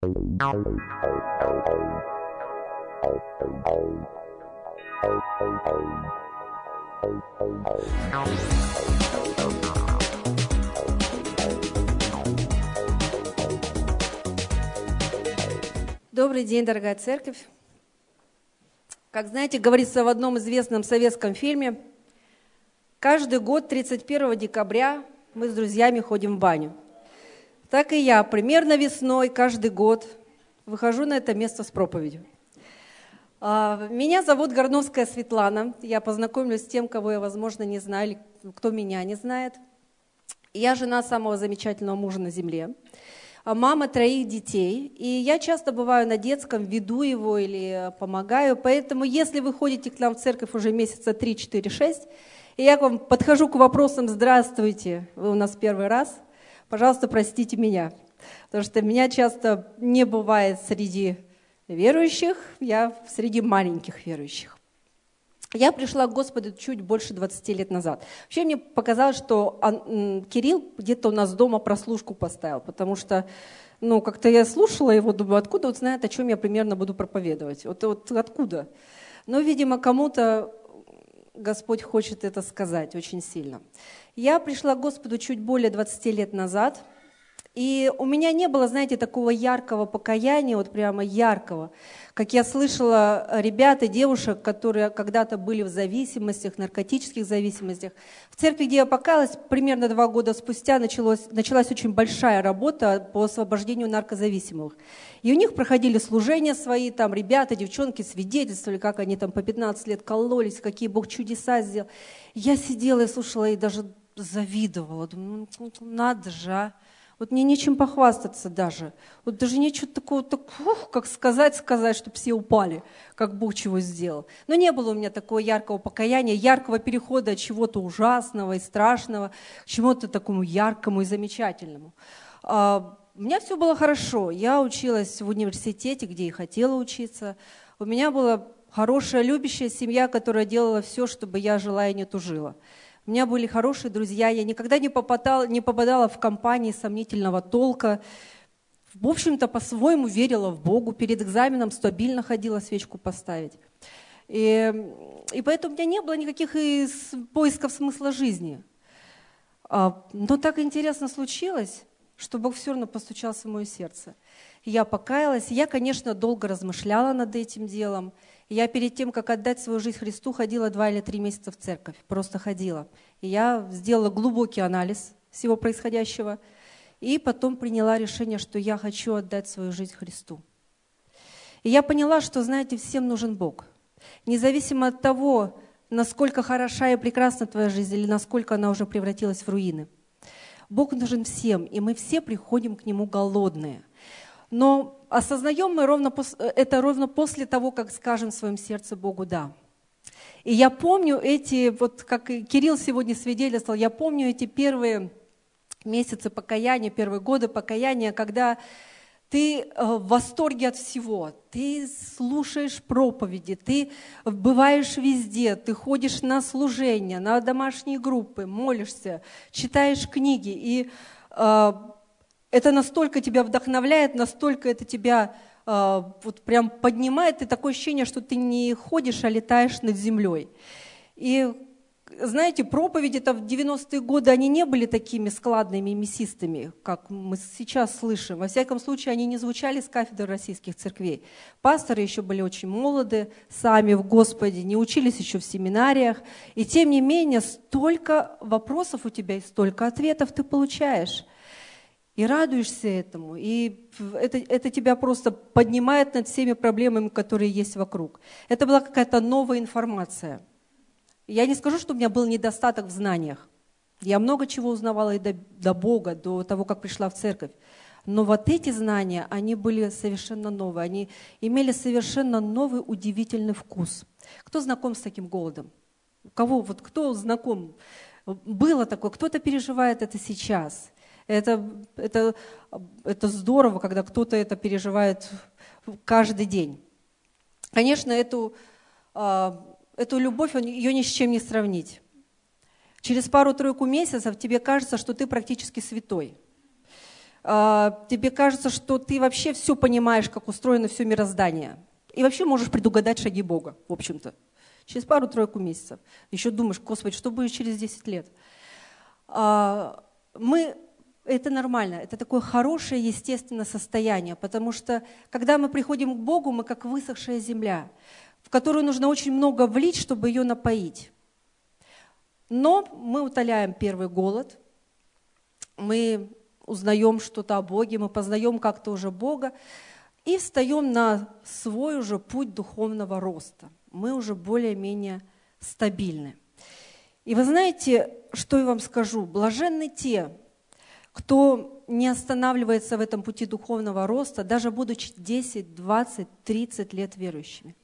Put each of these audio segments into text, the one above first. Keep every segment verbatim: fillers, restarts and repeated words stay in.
Добрый день, дорогая церковь. Как знаете, говорится в одном известном советском фильме, каждый год тридцать первого декабря мы с друзьями ходим в баню. Так и я примерно весной каждый год выхожу на это место с проповедью. Меня зовут Горновская Светлана. Я познакомлюсь с тем, кого я, возможно, не знаю, или кто меня не знает. Я жена самого замечательного мужа на земле. Мама троих детей, и я часто бываю на детском, веду его или помогаю, поэтому если вы ходите к нам в церковь уже месяца три, четыре, шесть, и я к вам подхожу к вопросам «Здравствуйте, вы у нас первый раз», пожалуйста, простите меня, потому что меня часто не бывает среди верующих, я среди маленьких верующих. Я пришла к Господу чуть больше двадцати лет назад. Вообще мне показалось, что Кирилл где-то у нас дома прослушку поставил, потому что ну, как-то я слушала его, думаю, откуда он знает, о чем я примерно буду проповедовать. Вот, вот откуда? Но, видимо, кому-то Господь хочет это сказать очень сильно. Я пришла к Господу чуть более двадцати лет назад, и у меня не было, знаете, такого яркого покаяния, вот прямо яркого, как я слышала ребят и девушек, которые когда-то были в зависимостях, наркотических зависимостях. В церкви, где я покаялась, примерно два года спустя началось, началась очень большая работа по освобождению наркозависимых. И у них проходили служения свои, там ребята, девчонки свидетельствовали, как они там по пятнадцать лет кололись, какие Бог чудеса сделал. Я сидела и слушала, и даже завидовала. Думаю, ну надо же, а. Вот мне нечем похвастаться даже. Вот даже нечего такого, так, ух, как сказать, сказать, чтобы все упали, как Бог чего сделал. Но не было у меня такого яркого покаяния, яркого перехода от чего-то ужасного и страшного к чему-то такому яркому и замечательному. А, у меня все было хорошо. Я училась в университете, где и хотела учиться. У меня была хорошая, любящая семья, которая делала все, чтобы я жила и не тужила. У меня были хорошие друзья, я никогда не попадала, не попадала в компании сомнительного толка. В общем-то, по-своему верила в Бога, перед экзаменом стабильно ходила свечку поставить. И, и поэтому у меня не было никаких и поисков смысла жизни. Но так интересно случилось, что Бог все равно постучался в мое сердце. Я покаялась, я, конечно, долго размышляла над этим делом. Я перед тем, как отдать свою жизнь Христу, ходила два или три месяца в церковь, просто ходила. И я сделала глубокий анализ всего происходящего, и потом приняла решение, что я хочу отдать свою жизнь Христу. И я поняла, что, знаете, всем нужен Бог. Независимо от того, насколько хороша и прекрасна твоя жизнь, или насколько она уже превратилась в руины. Бог нужен всем, и мы все приходим к Нему голодные. Но осознаем мы ровно пос- это ровно после того, как скажем в своем сердце Богу «да». И я помню эти, вот как и Кирилл сегодня свидетельствовал, я помню эти первые месяцы покаяния, первые годы покаяния, когда ты в восторге от всего, ты слушаешь проповеди, ты бываешь везде, ты ходишь на служения, на домашние группы, молишься, читаешь книги, и э, это настолько тебя вдохновляет, настолько это тебя э, вот прям поднимает, и такое ощущение, что ты не ходишь, а летаешь над землей. И знаете, проповеди-то в девяностые годы, они не были такими складными и мясистыми, как мы сейчас слышим. Во всяком случае, они не звучали с кафедры российских церквей. Пасторы еще были очень молоды, сами в Господе, не учились еще в семинариях. И тем не менее, столько вопросов у тебя и столько ответов ты получаешь. И радуешься этому, и это, это тебя просто поднимает над всеми проблемами, которые есть вокруг. Это была какая-то новая информация. Я не скажу, что у меня был недостаток в знаниях. Я много чего узнавала и до, до Бога, до того, как пришла в церковь. Но вот эти знания, они были совершенно новые. Они имели совершенно новый, удивительный вкус. Кто знаком с таким голодом? У кого, вот кто знаком? Было такое, кто-то переживает это сейчас. Это, это, это здорово, когда кто-то это переживает каждый день. Конечно, эту... Эту любовь, ее ни с чем не сравнить. Через пару-тройку месяцев тебе кажется, что ты практически святой. тебе кажется, что ты вообще все понимаешь, как устроено все мироздание. И вообще можешь предугадать шаги Бога, в общем-то. Через пару-тройку месяцев. Еще думаешь, Господи, что будет через десять лет? Мы, это нормально, это такое хорошее, естественное состояние, потому что, когда мы приходим к Богу, мы как высохшая земля, в которую нужно очень много влить, чтобы ее напоить. Но мы утоляем первый голод, мы узнаем что-то о Боге, мы познаем как-то уже Бога и встаем на свой уже путь духовного роста. Мы уже более-менее стабильны. И вы знаете, что я вам скажу? Блаженны те, кто не останавливается в этом пути духовного роста, даже будучи десять, двадцать, тридцать лет верующими.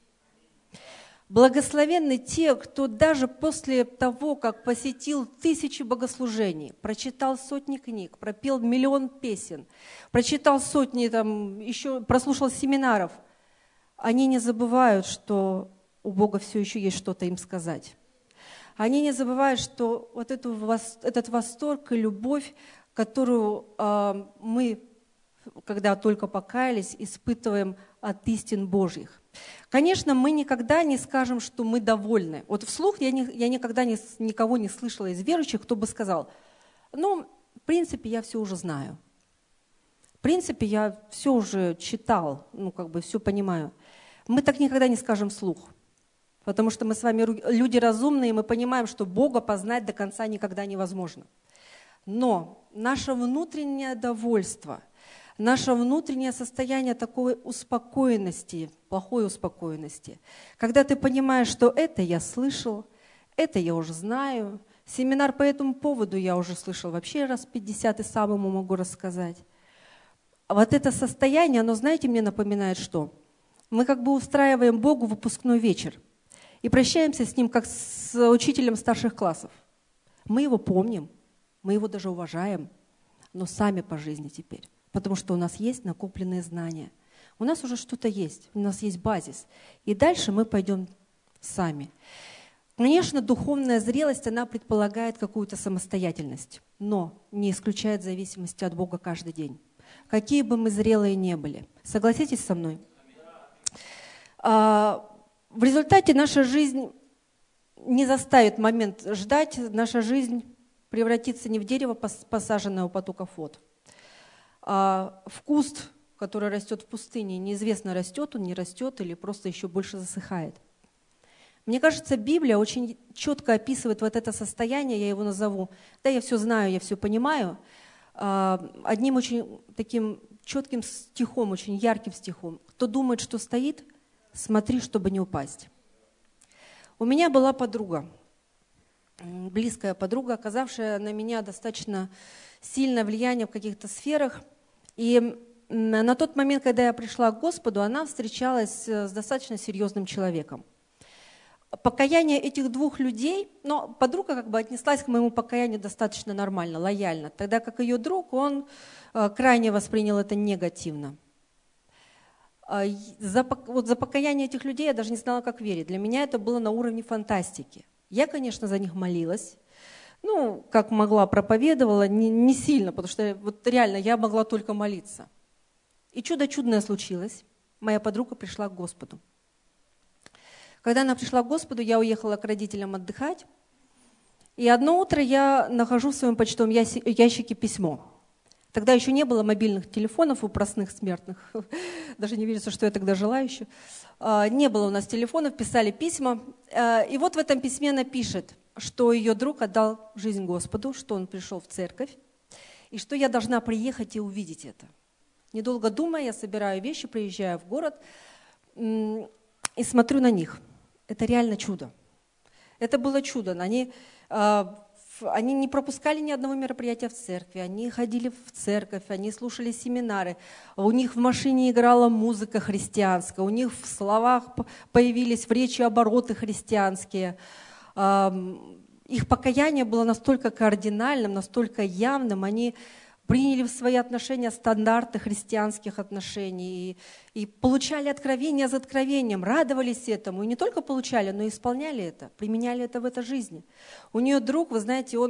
Благословенны те, кто даже после того, как посетил тысячи богослужений, прочитал сотни книг, пропел миллион песен, прочитал сотни, там, еще прослушал семинаров, они не забывают, что у Бога все еще есть что-то им сказать. Они не забывают, что вот эту, этот восторг и любовь, которую э, мы, когда только покаялись, испытываем от истин Божьих. Конечно, мы никогда не скажем, что мы довольны. Вот вслух я, не, я никогда не, никого не слышала из верующих, кто бы сказал, ну, в принципе, я все уже знаю. В принципе, я все уже читал, ну, как бы все понимаю. Мы так никогда не скажем вслух, потому что мы с вами люди разумные, и мы понимаем, что Бога познать до конца никогда невозможно. Но наше внутреннее довольство, наше внутреннее состояние такой успокоенности, плохой успокоенности, когда ты понимаешь, что это я слышал, это я уже знаю, семинар по этому поводу я уже слышал вообще раз пятьдесят и самому могу рассказать. Вот это состояние, оно, знаете, мне напоминает что? Мы как бы устраиваем Богу выпускной вечер и прощаемся с Ним, как с учителем старших классов. Мы Его помним, мы Его даже уважаем, но сами по жизни теперь. Потому что у нас есть накопленные знания. У нас уже что-то есть, у нас есть базис. И дальше мы пойдем сами. Конечно, духовная зрелость, она предполагает какую-то самостоятельность, но не исключает зависимости от Бога каждый день. Какие бы мы зрелые ни были. Согласитесь со мной? В результате наша жизнь не заставит момент ждать, наша жизнь превратится не в дерево, посаженное у потоков вод, а в куст, который растет в пустыне. Неизвестно, растет он, не растет или просто еще больше засыхает. Мне кажется, Библия очень четко описывает вот это состояние, я его назову. Да, я все знаю, я все понимаю. Одним очень таким четким стихом, очень ярким стихом. Кто думает, что стоит, смотри, чтобы не упасть. У меня была подруга, близкая подруга, оказавшая на меня достаточно сильное влияние в каких-то сферах. И на тот момент, когда я пришла к Господу, она встречалась с достаточно серьезным человеком. Покаяние этих двух людей, но подруга как бы отнеслась к моему покаянию достаточно нормально, лояльно, тогда как ее друг, он крайне воспринял это негативно. За, вот за покаяние этих людей я даже не знала, как верить. Для меня это было на уровне фантастики. Я, конечно, за них молилась, ну, как могла, проповедовала, не, не сильно, потому что вот реально я могла только молиться. И чудо чудное случилось. Моя подруга пришла к Господу. Когда она пришла к Господу, я уехала к родителям отдыхать. И одно утро я нахожу в своем почтовом ящике письмо. Тогда еще не было мобильных телефонов у простых смертных. Даже не верится, что я тогда жила еще. Не было у нас телефонов, писали письма. И вот в этом письме она пишет, что ее друг отдал жизнь Господу, что он пришел в церковь, и что я должна приехать и увидеть это. Недолго думая, я собираю вещи, приезжаю в город и смотрю на них. Это реально чудо. Это было чудо. Они, они не пропускали ни одного мероприятия в церкви, они ходили в церковь, они слушали семинары. У них в машине играла музыка христианская, у них в словах появились в речи обороты христианские. Их покаяние было настолько кардинальным, настолько явным, они приняли в свои отношения стандарты христианских отношений и, и получали откровение за откровением, радовались этому. И не только получали, но и исполняли это, применяли это в этой жизни. У нее друг, вы знаете, он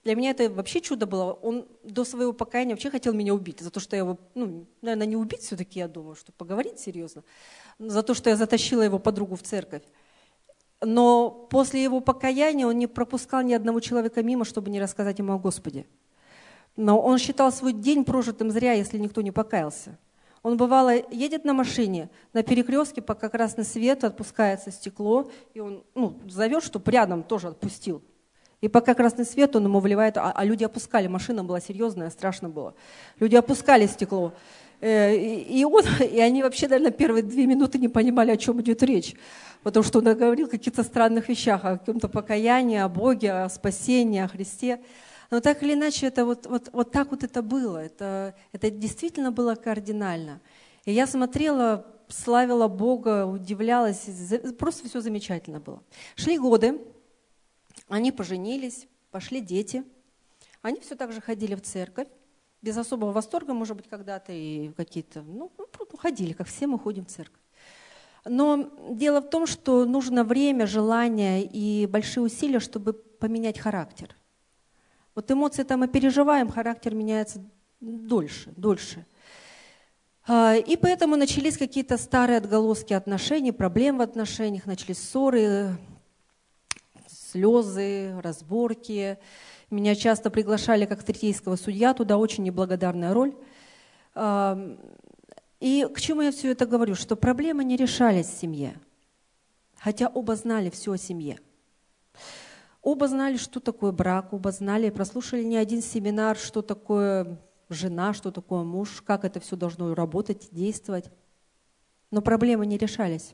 Для меня это вообще чудо было. Он до своего покаяния вообще хотел меня убить. За то, что я его, ну, наверное, не убить все-таки, я думаю, что поговорить серьезно. За то, что я затащила его подругу в церковь. Но после его покаяния он не пропускал ни одного человека мимо, чтобы не рассказать ему о Господе. Но он считал свой день прожитым зря, если никто не покаялся. Он, бывало, едет на машине, на перекрестке, пока красный свет, отпускается стекло, и он ну, зовет, чтобы рядом тоже отпустил. И пока красный свет, он ему вливает, а, а люди опускали, машина была серьезная, страшно было. Люди опускали стекло. Э, и, и, он, и они вообще, наверное, первые две минуты не понимали, о чем идет речь. Потому что он говорил о каких-то странных вещах, о каком-то покаянии, о Боге, о спасении, о Христе. Но так или иначе, это вот, вот, вот так вот это было. Это, это действительно было кардинально. И я смотрела, славила Бога, удивлялась. Просто все замечательно было. Шли годы, они поженились, пошли дети. Они все так же ходили в церковь. Без особого восторга, может быть, когда-то и какие-то... Ну, ходили, как все мы ходим в церковь. Но дело в том, что нужно время, желание и большие усилия, чтобы поменять характер. Вот эмоции там мы переживаем, характер меняется дольше, дольше. И поэтому начались какие-то старые отголоски отношений, проблем в отношениях, начались ссоры, слезы, разборки. Меня часто приглашали как третейского судья, туда очень неблагодарная роль. И к чему я все это говорю? Что проблемы не решались в семье, хотя оба знали все о семье. Оба знали, что такое брак, оба знали, прослушали не один семинар, что такое жена, что такое муж, как это все должно работать, действовать. Но проблемы не решались.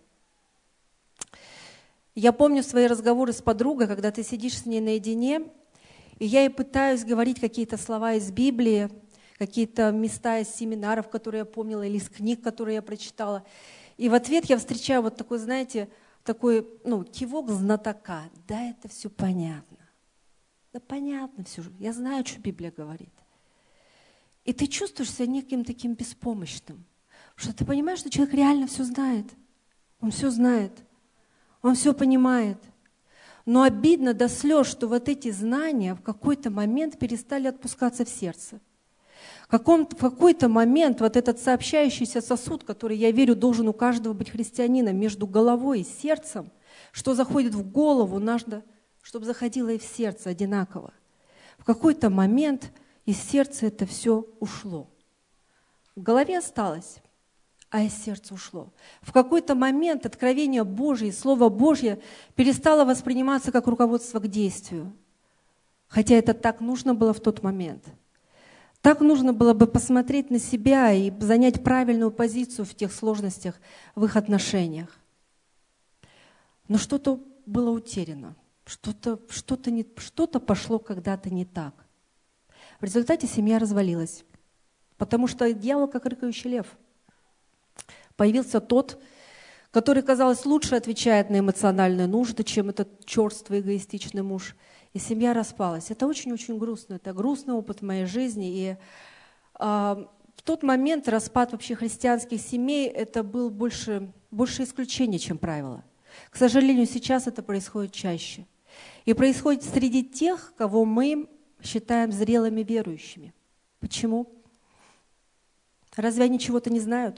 Я помню свои разговоры с подругой, когда ты сидишь с ней наедине, и я ей пытаюсь говорить какие-то слова из Библии, какие-то места из семинаров, которые я помнила, или из книг, которые я прочитала. И в ответ я встречаю вот такой, знаете, такой, ну, кивок знатока. Да, это все понятно. Да понятно все. Я знаю, что Библия говорит. И ты чувствуешь себя неким таким беспомощным. Потому что ты понимаешь, что человек реально все знает. Он все знает. Он все понимает. Но обидно до слез, что вот эти знания в какой-то момент перестали отпускаться в сердце. В какой-то момент вот этот сообщающийся сосуд, который, я верю, должен у каждого быть христианина между головой и сердцем, что заходит в голову, надо, чтобы заходило и в сердце одинаково. В какой-то момент из сердца это все ушло. В голове осталось, а из сердца ушло. В какой-то момент откровение Божье, Слово Божье перестало восприниматься как руководство к действию. Хотя это так нужно было в тот момент. Так нужно было бы посмотреть на себя и занять правильную позицию в тех сложностях, в их отношениях. Но что-то было утеряно, что-то, что-то, не, что-то пошло когда-то не так. В результате семья развалилась, потому что дьявол, как рыкающий лев, появился тот, который, казалось, лучше отвечает на эмоциональные нужды, чем этот черствый эгоистичный муж. И семья распалась. Это очень-очень грустно. Это грустный опыт в моей жизни. И э, в тот момент распад вообще христианских семей это был больше, больше исключение, чем правило. К сожалению, сейчас это происходит чаще. И происходит среди тех, кого мы считаем зрелыми верующими. Почему? Разве они чего-то не знают?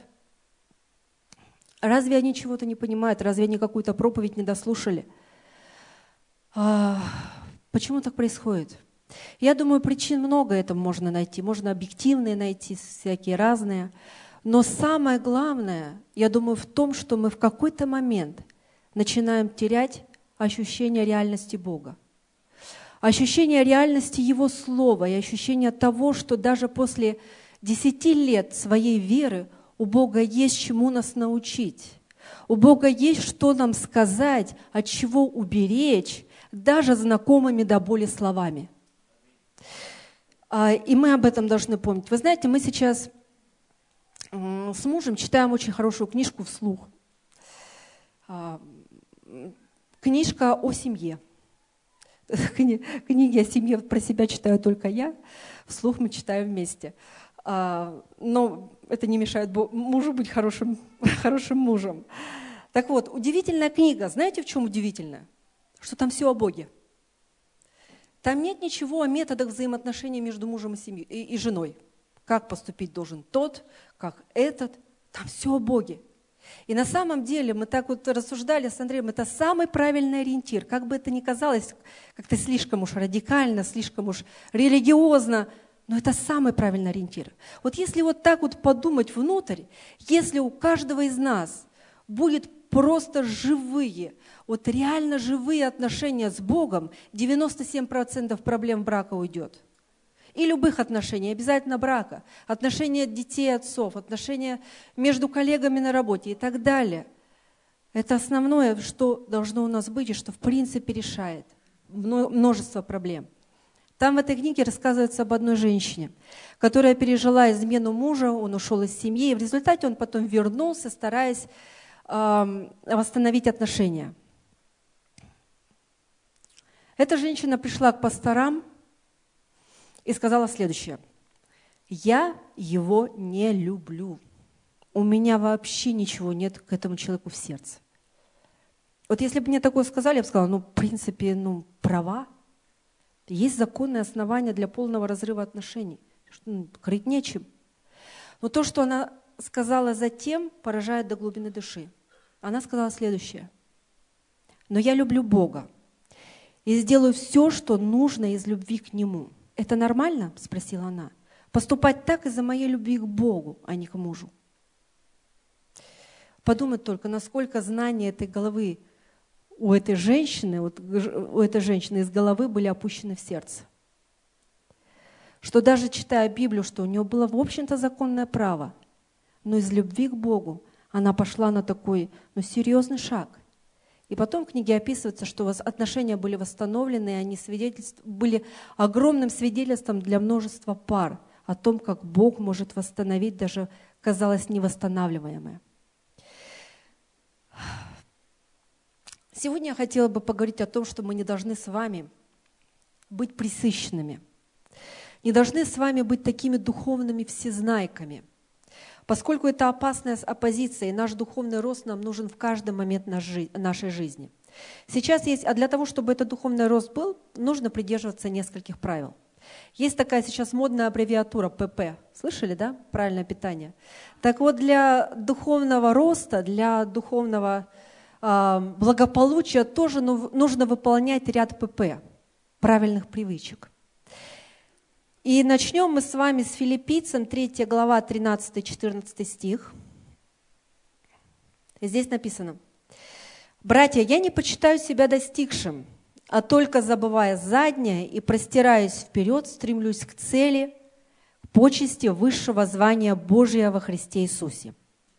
Разве они чего-то не понимают? Разве они какую-то проповедь не дослушали? А, почему так происходит? Я думаю, причин много этому можно найти. Можно объективные найти, всякие разные. Но самое главное, я думаю, в том, что мы в какой-то момент начинаем терять ощущение реальности Бога. Ощущение реальности Его Слова и ощущение того, что даже после десяти лет своей веры у Бога есть чему нас научить. У Бога есть что нам сказать, от чего уберечь, даже знакомыми до боли словами. И мы об этом должны помнить. Вы знаете, мы сейчас с мужем читаем очень хорошую книжку вслух. Книжка о семье. Книги о семье про себя читаю только я, вслух мы читаем вместе. Но это не мешает мужу быть хорошим, хорошим мужем. Так вот, удивительная книга. Знаете, в чем удивительная? Что там все о Боге. Там нет ничего о методах взаимоотношений между мужем и, семьей, и, и женой. Как поступить должен тот, как этот. Там все о Боге. И на самом деле мы так вот рассуждали с Андреем, это самый правильный ориентир. Как бы это ни казалось как-то слишком уж радикально, слишком уж религиозно, но это самый правильный ориентир. Вот если вот так вот подумать внутрь, если у каждого из нас будет просто живые, вот реально живые отношения с Богом, девяносто семь процентов проблем брака уйдет. И любых отношений, обязательно брака, отношения детей и отцов, отношения между коллегами на работе и так далее. Это основное, что должно у нас быть и что в принципе решает множество проблем. Там в этой книге рассказывается об одной женщине, которая пережила измену мужа, он ушел из семьи, и в результате он потом вернулся, стараясь э, восстановить отношения. Эта женщина пришла к пасторам и сказала следующее: «Я его не люблю. У меня вообще ничего нет к этому человеку в сердце». Вот если бы мне такое сказали, я бы сказала, ну, в принципе, ну, права. Есть законные основания для полного разрыва отношений. Ну, крыть нечем. Но то, что она сказала затем, поражает до глубины души. Она сказала следующее: «Но я люблю Бога и сделаю все, что нужно из любви к Нему». «Это нормально?» – спросила она. «Поступать так из-за моей любви к Богу, а не к мужу». Подумать только, насколько знания этой головы у этой женщины, вот у этой женщины из головы были опущены в сердце. Что даже читая Библию, что у нее было, в общем-то, законное право, но из любви к Богу она пошла на такой, ну, серьезный шаг. И потом в книге описывается, что отношения были восстановлены, и они были огромным свидетельством для множества пар о том, как Бог может восстановить даже, казалось, невосстанавливаемое. Сегодня я хотела бы поговорить о том, что мы не должны с вами быть пресыщенными, не должны с вами быть такими духовными всезнайками, поскольку это опасная оппозиция, и наш духовный рост нам нужен в каждый момент нашей жизни. Сейчас есть, а для того, чтобы этот духовный рост был, нужно придерживаться нескольких правил. Есть такая сейчас модная аббревиатура пэ пэ. Слышали, да? Правильное питание. Так вот, для духовного роста, для духовного э, благополучия тоже нужно выполнять ряд пэ пэ, правильных привычек. И начнем мы с вами с Филиппийцам, третья глава, тринадцатый-четырнадцатый стих. Здесь написано: «Братья, я не почитаю себя достигшим, а только забывая заднее и простираясь вперед, стремлюсь к цели, к почести высшего звания Божия во Христе Иисусе».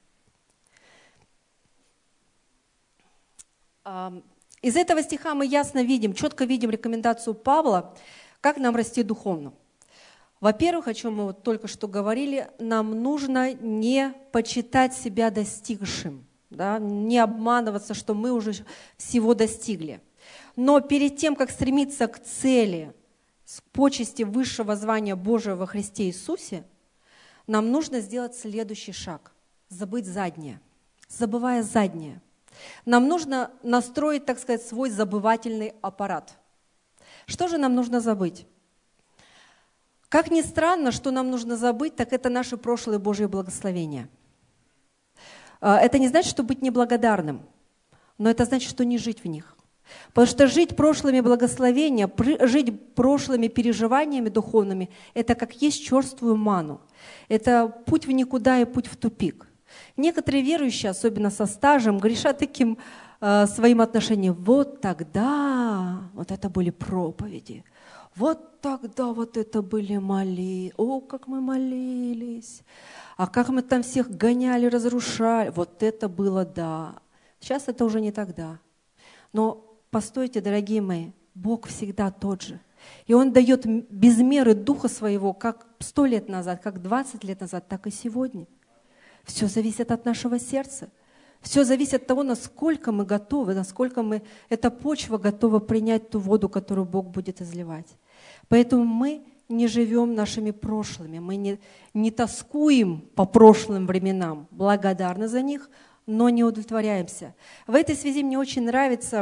Из этого стиха мы ясно видим, четко видим рекомендацию Павла, как нам расти духовно. Во-первых, о чем мы вот только что говорили, нам нужно не почитать себя достигшим, да, не обманываться, что мы уже всего достигли. Но перед тем, как стремиться к цели, к почести высшего звания Божия во Христе Иисусе, нам нужно сделать следующий шаг – забыть заднее, забывая заднее. Нам нужно настроить, так сказать, свой забывательный аппарат. Что же нам нужно забыть? Как ни странно, что нам нужно забыть, так это наши прошлые Божьи благословения. Это не значит, что быть неблагодарным, но это значит, что не жить в них. Потому что жить прошлыми благословениями, жить прошлыми переживаниями духовными – это как есть черствую ману. Это путь в никуда и путь в тупик. Некоторые верующие, особенно со стажем, грешат таким э, своим отношением. Вот тогда, вот это были проповеди. Вот тогда вот это были молитвы. О, как мы молились. А как мы там всех гоняли, разрушали. Вот это было да. Сейчас это уже не тогда. Но постойте, дорогие мои, Бог всегда тот же. И Он дает без меры Духа Своего, как сто лет назад, как двадцать лет назад, так и сегодня. Все зависит от нашего сердца. Все зависит от того, насколько мы готовы, насколько мы, эта почва готова принять ту воду, которую Бог будет изливать. Поэтому мы не живем нашими прошлыми, мы не, не тоскуем по прошлым временам, благодарны за них, но не удовлетворяемся. В этой связи мне очень нравится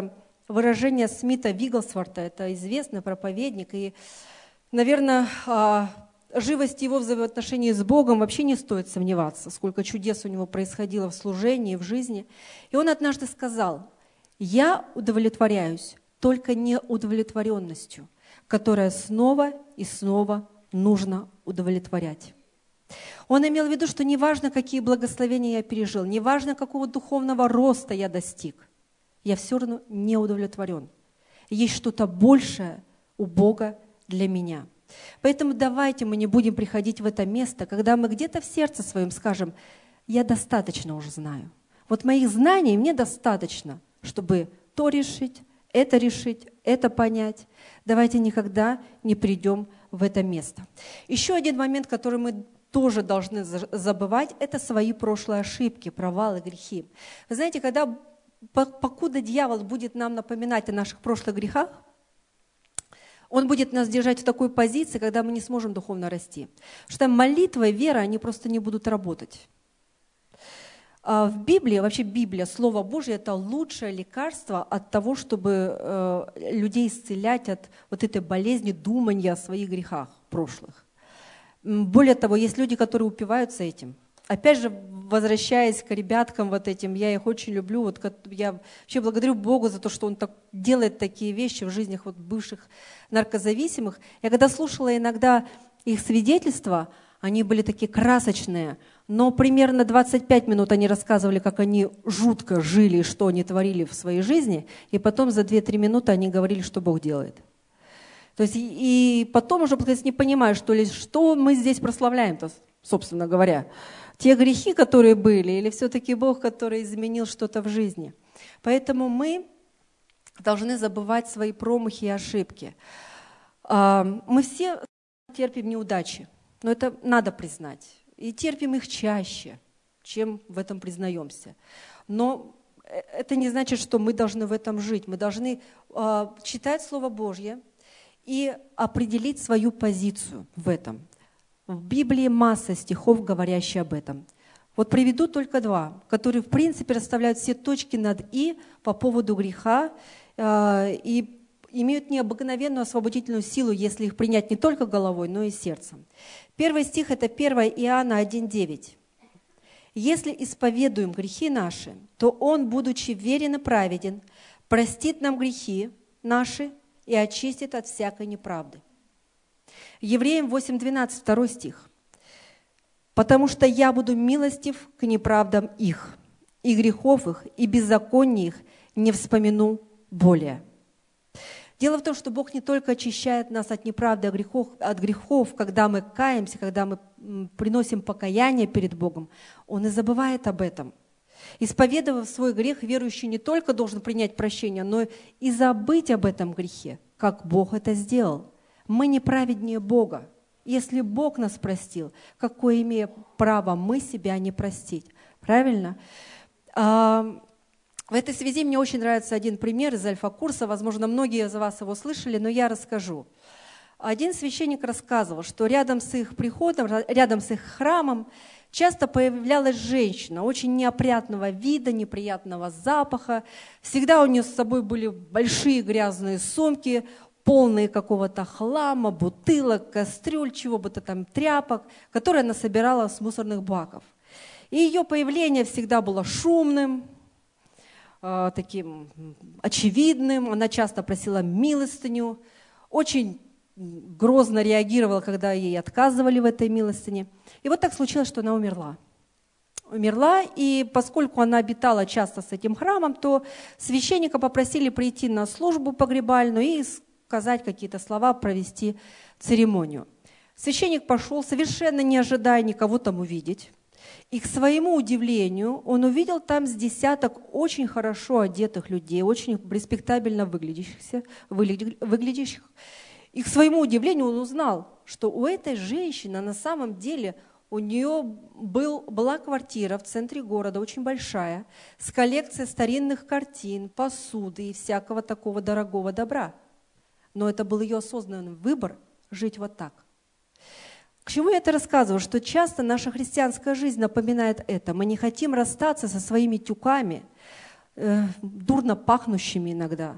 выражение Смита Вигглсворта, это известный проповедник, и, наверное, живость его взаимоотношений с Богом вообще не стоит сомневаться, сколько чудес у него происходило в служении, в жизни. И он однажды сказал: «Я удовлетворяюсь только неудовлетворенностью, которая снова и снова нужно удовлетворять». Он имел в виду, что неважно, какие благословения я пережил, неважно, какого духовного роста я достиг, я все равно не удовлетворен. Есть что-то большее у Бога для меня. Поэтому давайте мы не будем приходить в это место, когда мы где-то в сердце своем скажем: я достаточно уже знаю. Вот моих знаний мне достаточно, чтобы то решить, это решить, это понять. Давайте никогда не придем в это место. Еще один момент, который мы тоже должны забывать, это свои прошлые ошибки, провалы, грехи. Вы знаете, когда, покуда дьявол будет нам напоминать о наших прошлых грехах, он будет нас держать в такой позиции, когда мы не сможем духовно расти. Потому что молитва и вера, они просто не будут работать. В Библии, вообще Библия, Слово Божье, это лучшее лекарство от того, чтобы людей исцелять от вот этой болезни думания о своих грехах прошлых. Более того, есть люди, которые упиваются этим. Опять же, возвращаясь к ребяткам вот этим, я их очень люблю. Вот я вообще благодарю Богу за то, что Он так делает такие вещи в жизнях вот бывших наркозависимых. Я когда слушала иногда их свидетельства, они были такие красочные, но примерно двадцать пять минут они рассказывали, как они жутко жили и что они творили в своей жизни, и потом за две-три минуты они говорили, что Бог делает. То есть и потом уже не понимаю, что, ли, что мы здесь прославляем-то, собственно говоря. Те грехи, которые были, или все-таки Бог, который изменил что-то в жизни. Поэтому мы должны забывать свои промахи и ошибки. Мы все терпим неудачи, но это надо признать. И терпим их чаще, чем в этом признаемся. Но это не значит, что мы должны в этом жить. Мы должны читать Слово Божье и определить свою позицию в этом. В Библии масса стихов, говорящих об этом. Вот приведу только два, которые, в принципе, расставляют все точки над «и» по поводу греха э, и имеют необыкновенную освободительную силу, если их принять не только головой, но и сердцем. Первый стих – это первое Иоанна один девять. «Если исповедуем грехи наши, то Он, будучи верен и праведен, простит нам грехи наши и очистит от всякой неправды». Евреям восемь двенадцать, второй стих. «Потому что я буду милостив к неправдам их, и грехов их, и беззаконий их не вспомину более». Дело в том, что Бог не только очищает нас от неправды, от грехов, от грехов, когда мы каемся, когда мы приносим покаяние перед Богом, Он и забывает об этом. Исповедовав свой грех, верующий не только должен принять прощение, но и забыть об этом грехе, как Бог это сделал. Мы не праведнее Бога. Если Бог нас простил, какое имея право мы себя не простить? Правильно? В этой связи мне очень нравится один пример из альфа-курса. Возможно, многие из вас его слышали, но я расскажу. Один священник рассказывал, что рядом с их приходом, рядом с их храмом часто появлялась женщина очень неопрятного вида, неприятного запаха. Всегда у нее с собой были большие грязные сумки, полные какого-то хлама, бутылок, кастрюль, чего бы то там, тряпок, которые она собирала с мусорных баков. И ее появление всегда было шумным, э, таким очевидным. Она часто просила милостыню, очень грозно реагировала, когда ей отказывали в этой милостыне. И вот так случилось, что она умерла. Умерла, и поскольку она обитала часто с этим храмом, то священника попросили прийти на службу погребальную и сказать какие-то слова, провести церемонию. Священник пошел, совершенно не ожидая никого там увидеть. И к своему удивлению он увидел там с десяток очень хорошо одетых людей, очень респектабельно выглядящих, выглядящих. И к своему удивлению он узнал, что у этой женщины на самом деле у нее был, была квартира в центре города, очень большая, с коллекцией старинных картин, посуды и всякого такого дорогого добра. Но это был ее осознанный выбор жить вот так. К чему я это рассказываю? Что часто наша христианская жизнь напоминает это. Мы не хотим расстаться со своими тюками, э, дурно пахнущими иногда.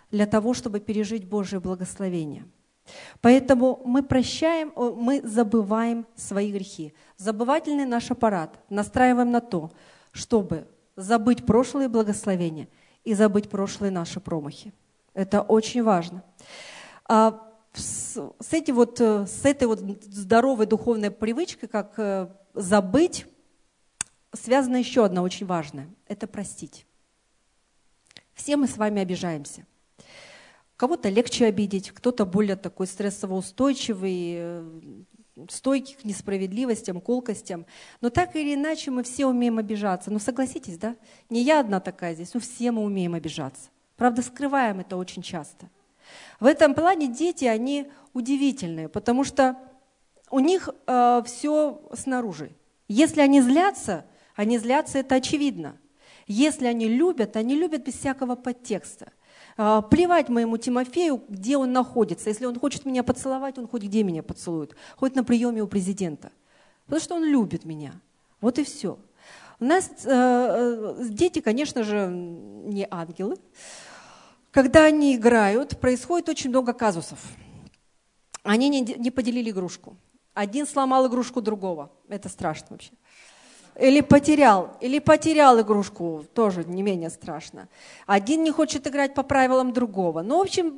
для того, чтобы пережить Божие благословение. Поэтому мы прощаем, мы забываем свои грехи. Забывательный наш аппарат настраиваем на то, чтобы забыть прошлые благословения и забыть прошлые наши промахи. Это очень важно. А с, этой вот, с этой вот здоровой духовной привычкой, как забыть, связана еще одна очень важная – это простить. Все мы с вами обижаемся. Кого-то легче обидеть, кто-то более такой стрессово-устойчивый, стойкий к несправедливостям, колкостям. Но так или иначе мы все умеем обижаться. Ну согласитесь, да? Не я одна такая здесь, но все мы умеем обижаться. Правда, скрываем это очень часто. В этом плане дети, они удивительные, потому что у них э, все снаружи. Если они злятся, они злятся, это очевидно. Если они любят, они любят без всякого подтекста. Э, плевать моему Тимофею, где он находится. Если он хочет меня поцеловать, он хоть где меня поцелует. Хоть на приеме у президента. Потому что он любит меня. Вот и все. У нас э, дети, конечно же, не ангелы. Когда они играют, происходит очень много казусов. Они не, не поделили игрушку. Один сломал игрушку другого. Это страшно вообще. Или потерял, или потерял игрушку, тоже не менее страшно. Один не хочет играть по правилам другого. Ну, в общем,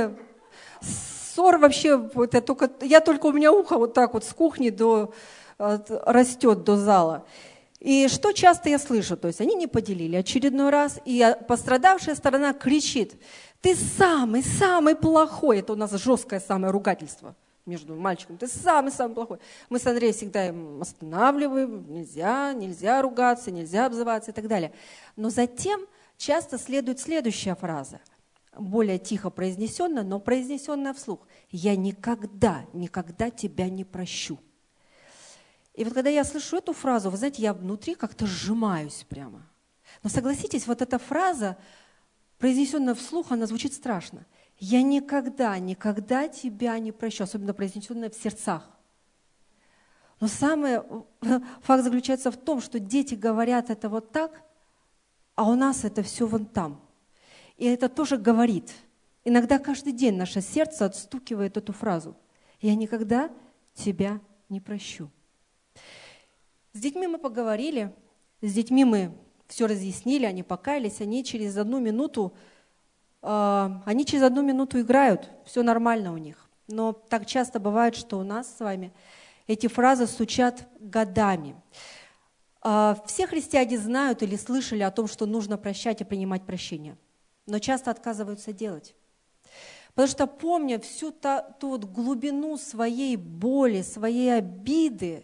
ссор вообще, это только, я только у меня ухо вот так вот с кухни до, растет до зала. И что часто я слышу, то есть они не поделили очередной раз, и пострадавшая сторона кричит: ты самый, самый плохой. Это у нас жесткое самое ругательство между мальчиком. Ты самый-самый плохой. Мы с Андреем всегда им останавливаем, нельзя, нельзя ругаться, нельзя обзываться и так далее. Но затем часто следует следующая фраза, более тихо произнесенная, но произнесенная вслух. Я никогда, никогда тебя не прощу. И вот когда я слышу эту фразу, вы знаете, я внутри как-то сжимаюсь прямо. Но согласитесь, вот эта фраза, произнесенная вслух, она звучит страшно. Я никогда, никогда тебя не прощу, особенно произнесенная в сердцах. Но самый факт заключается в том, что дети говорят это вот так, а у нас это все вон там. И это тоже говорит. Иногда каждый день наше сердце отстукивает эту фразу. Я никогда тебя не прощу. С детьми мы поговорили, с детьми мы все разъяснили, они покаялись, они через одну минуту, э, они через одну минуту играют, все нормально у них. Но так часто бывает, что у нас с вами эти фразы стучат годами. Э, все христиане знают или слышали о том, что нужно прощать и принимать прощение, но часто отказываются делать. Потому что, помня всю та, ту вот глубину своей боли, своей обиды,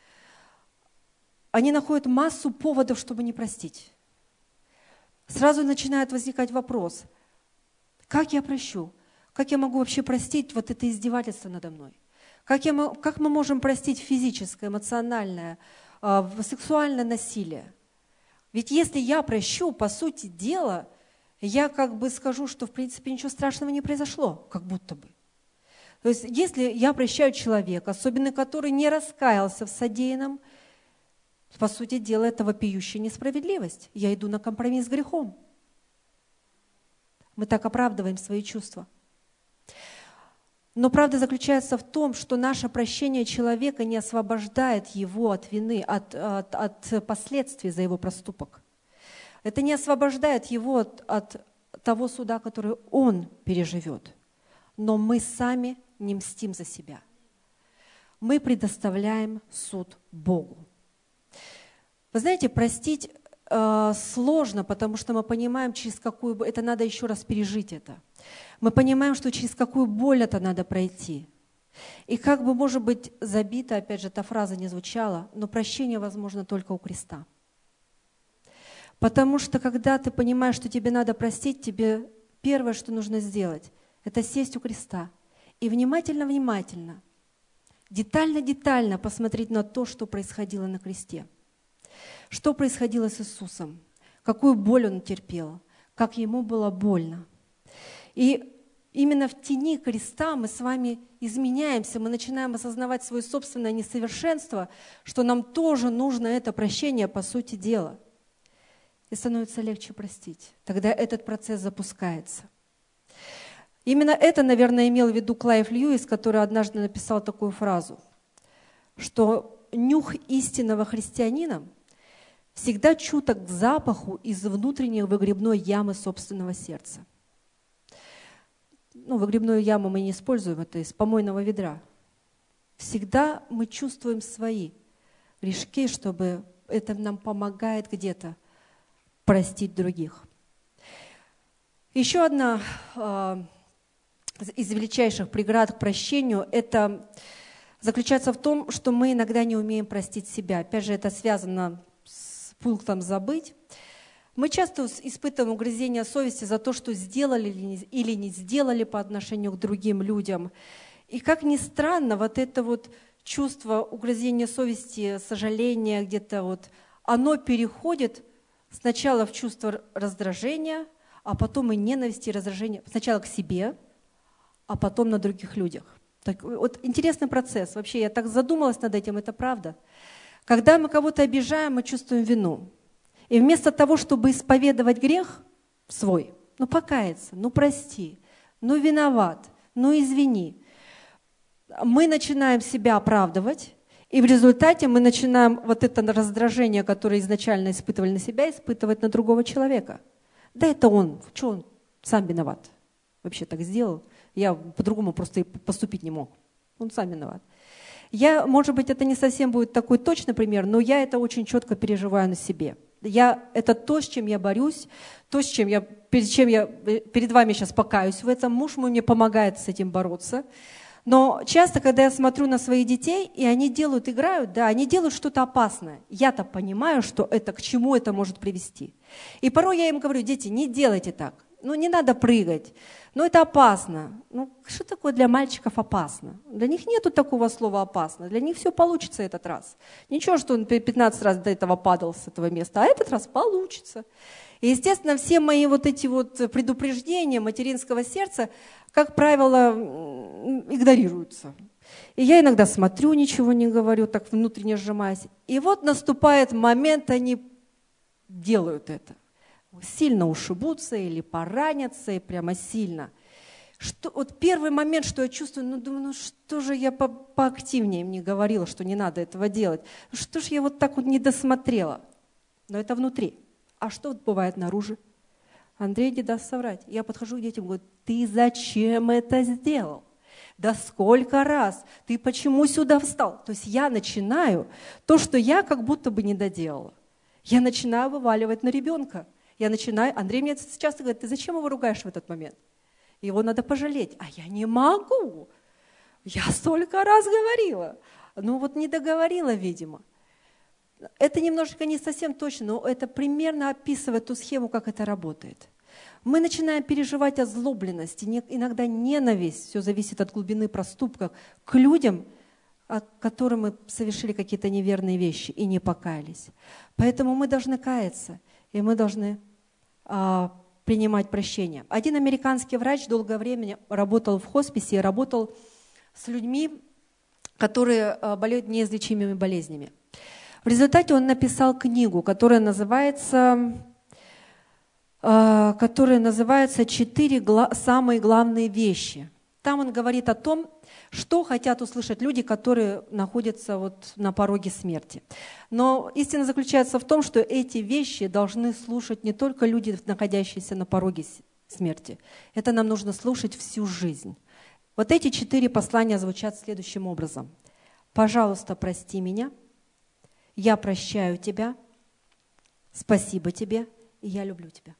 они находят массу поводов, чтобы не простить. Сразу начинает возникать вопрос: как я прощу? Как я могу вообще простить вот это издевательство надо мной? Как, я, как мы можем простить физическое, эмоциональное, э, сексуальное насилие? Ведь если я прощу, по сути дела, я как бы скажу, что в принципе ничего страшного не произошло, как будто бы. То есть если я прощаю человека, особенно который не раскаялся в содеянном, по сути дела, это вопиющая несправедливость. Я иду на компромисс с грехом. Мы так оправдываем свои чувства. Но правда заключается в том, что наше прощение человека не освобождает его от вины, от, от, от последствий за его проступок. Это не освобождает его от, от того суда, который он переживет. Но мы сами не мстим за себя. Мы предоставляем суд Богу. Вы знаете, простить э, сложно, потому что мы понимаем, через какую... Это надо еще раз пережить это. Мы понимаем, что через какую боль это надо пройти. И как бы, может быть, забита, опять же, эта фраза не звучала, но прощение возможно только у креста. Потому что, когда ты понимаешь, что тебе надо простить, тебе первое, что нужно сделать, это сесть у креста и внимательно-внимательно, детально-детально посмотреть на то, что происходило на кресте. Что происходило с Иисусом? Какую боль Он терпел? Как Ему было больно? И именно в тени креста мы с вами изменяемся, мы начинаем осознавать свое собственное несовершенство, что нам тоже нужно это прощение по сути дела. И становится легче простить. Тогда этот процесс запускается. Именно это, наверное, имел в виду Клайв Льюис, который однажды написал такую фразу, что нюх истинного христианина всегда чуток к запаху из внутренней выгребной ямы собственного сердца. Ну, выгребную яму мы не используем, это из помойного ведра. Всегда мы чувствуем свои грешки, чтобы это нам помогает где-то простить других. Еще одна э, из величайших преград к прощению – это заключается в том, что мы иногда не умеем простить себя. Опять же, это связано с пунктом «забыть». Мы часто испытываем угрызение совести за то, что сделали или не сделали по отношению к другим людям. И как ни странно, вот это вот чувство угрызения совести, сожаления где-то вот, оно переходит сначала в чувство раздражения, а потом и ненависти, и раздражения. Сначала к себе, а потом на других людях. Так, вот интересный процесс. Вообще, я так задумалась над этим, это правда. Когда мы кого-то обижаем, мы чувствуем вину. И вместо того, чтобы исповедовать грех свой, ну покаяться, ну прости, ну виноват, ну извини, мы начинаем себя оправдывать, и в результате мы начинаем вот это раздражение, которое изначально испытывали на себя, испытывать на другого человека. Да это он, что он сам виноват, вообще так сделал, я по-другому просто и поступить не мог, он сам виноват. Я, может быть, это не совсем будет такой точный пример, но я это очень четко переживаю на себе. Я, это то, с чем я борюсь, то, с чем я, перед чем я перед вами сейчас покаюсь в этом. Муж мой мне помогает с этим бороться. Но часто, когда я смотрю на своих детей, и они делают, играют, да, они делают что-то опасное. Я-то понимаю, что это, к чему это может привести. И порой я им говорю: дети, не делайте так. Ну, не надо прыгать. Ну, это опасно. Ну, что такое для мальчиков опасно? Для них нету такого слова «опасно». Для них все получится этот раз. Ничего, что он пятнадцать раз до этого падал с этого места, а этот раз получится. И, естественно, все мои вот эти вот предупреждения материнского сердца, как правило, игнорируются. И я иногда смотрю, ничего не говорю, так внутренне сжимаясь. И вот наступает момент, они делают это. Сильно ушибутся или поранятся, и прямо сильно. Что, вот первый момент, что я чувствую, ну думаю, ну что же я по, поактивнее им не говорила, что не надо этого делать. Что ж я вот так вот не досмотрела. Но это внутри. А что вот бывает наружу? Андрей не даст соврать. Я подхожу к детям и говорю: ты зачем это сделал? Да сколько раз? Ты почему сюда встал? То есть я начинаю то, что я как будто бы не доделала. Я начинаю вываливать на ребенка. Я начинаю, Андрей мне часто говорит: ты зачем его ругаешь в этот момент? Его надо пожалеть. А я не могу. Я столько раз говорила. Ну вот не договорила, видимо. Это немножечко не совсем точно, но это примерно описывает ту схему, как это работает. Мы начинаем переживать озлобленность, иногда ненависть, все зависит от глубины проступков, к людям, которым мы совершили какие-то неверные вещи и не покаялись. Поэтому мы должны каяться. И мы должны а, принимать прощение. Один американский врач долгое время работал в хосписе и работал с людьми, которые а, болеют неизлечимыми болезнями. В результате он написал книгу, которая называется, а, которая называется «Четыре гла- самые главные вещи». Там он говорит о том, что хотят услышать люди, которые находятся вот на пороге смерти. Но истина заключается в том, что эти вещи должны слушать не только люди, находящиеся на пороге смерти. Это нам нужно слушать всю жизнь. Вот эти четыре послания звучат следующим образом. «Пожалуйста, прости меня, я прощаю тебя, спасибо тебе, и я люблю тебя».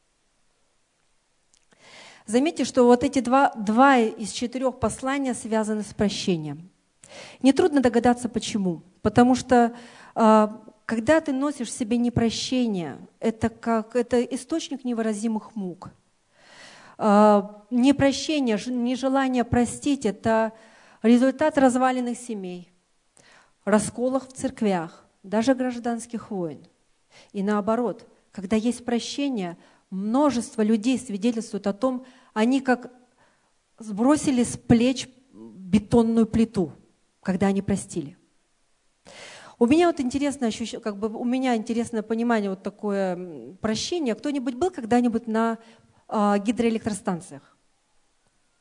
Заметьте, что вот эти два, два из четырех послания связаны с прощением. Нетрудно догадаться, почему. Потому что э, когда ты носишь в себе непрощение, это, как, это источник невыразимых мук. Э, непрощение, нежелание простить – это результат разваленных семей, расколов в церквях, даже гражданских войн. И наоборот, когда есть прощение – множество людей свидетельствуют о том, они как сбросили с плеч бетонную плиту, когда они простили. У меня вот интересное ощущение, как бы у меня интересное понимание вот такое прощение. Кто-нибудь был когда-нибудь на э, гидроэлектростанциях?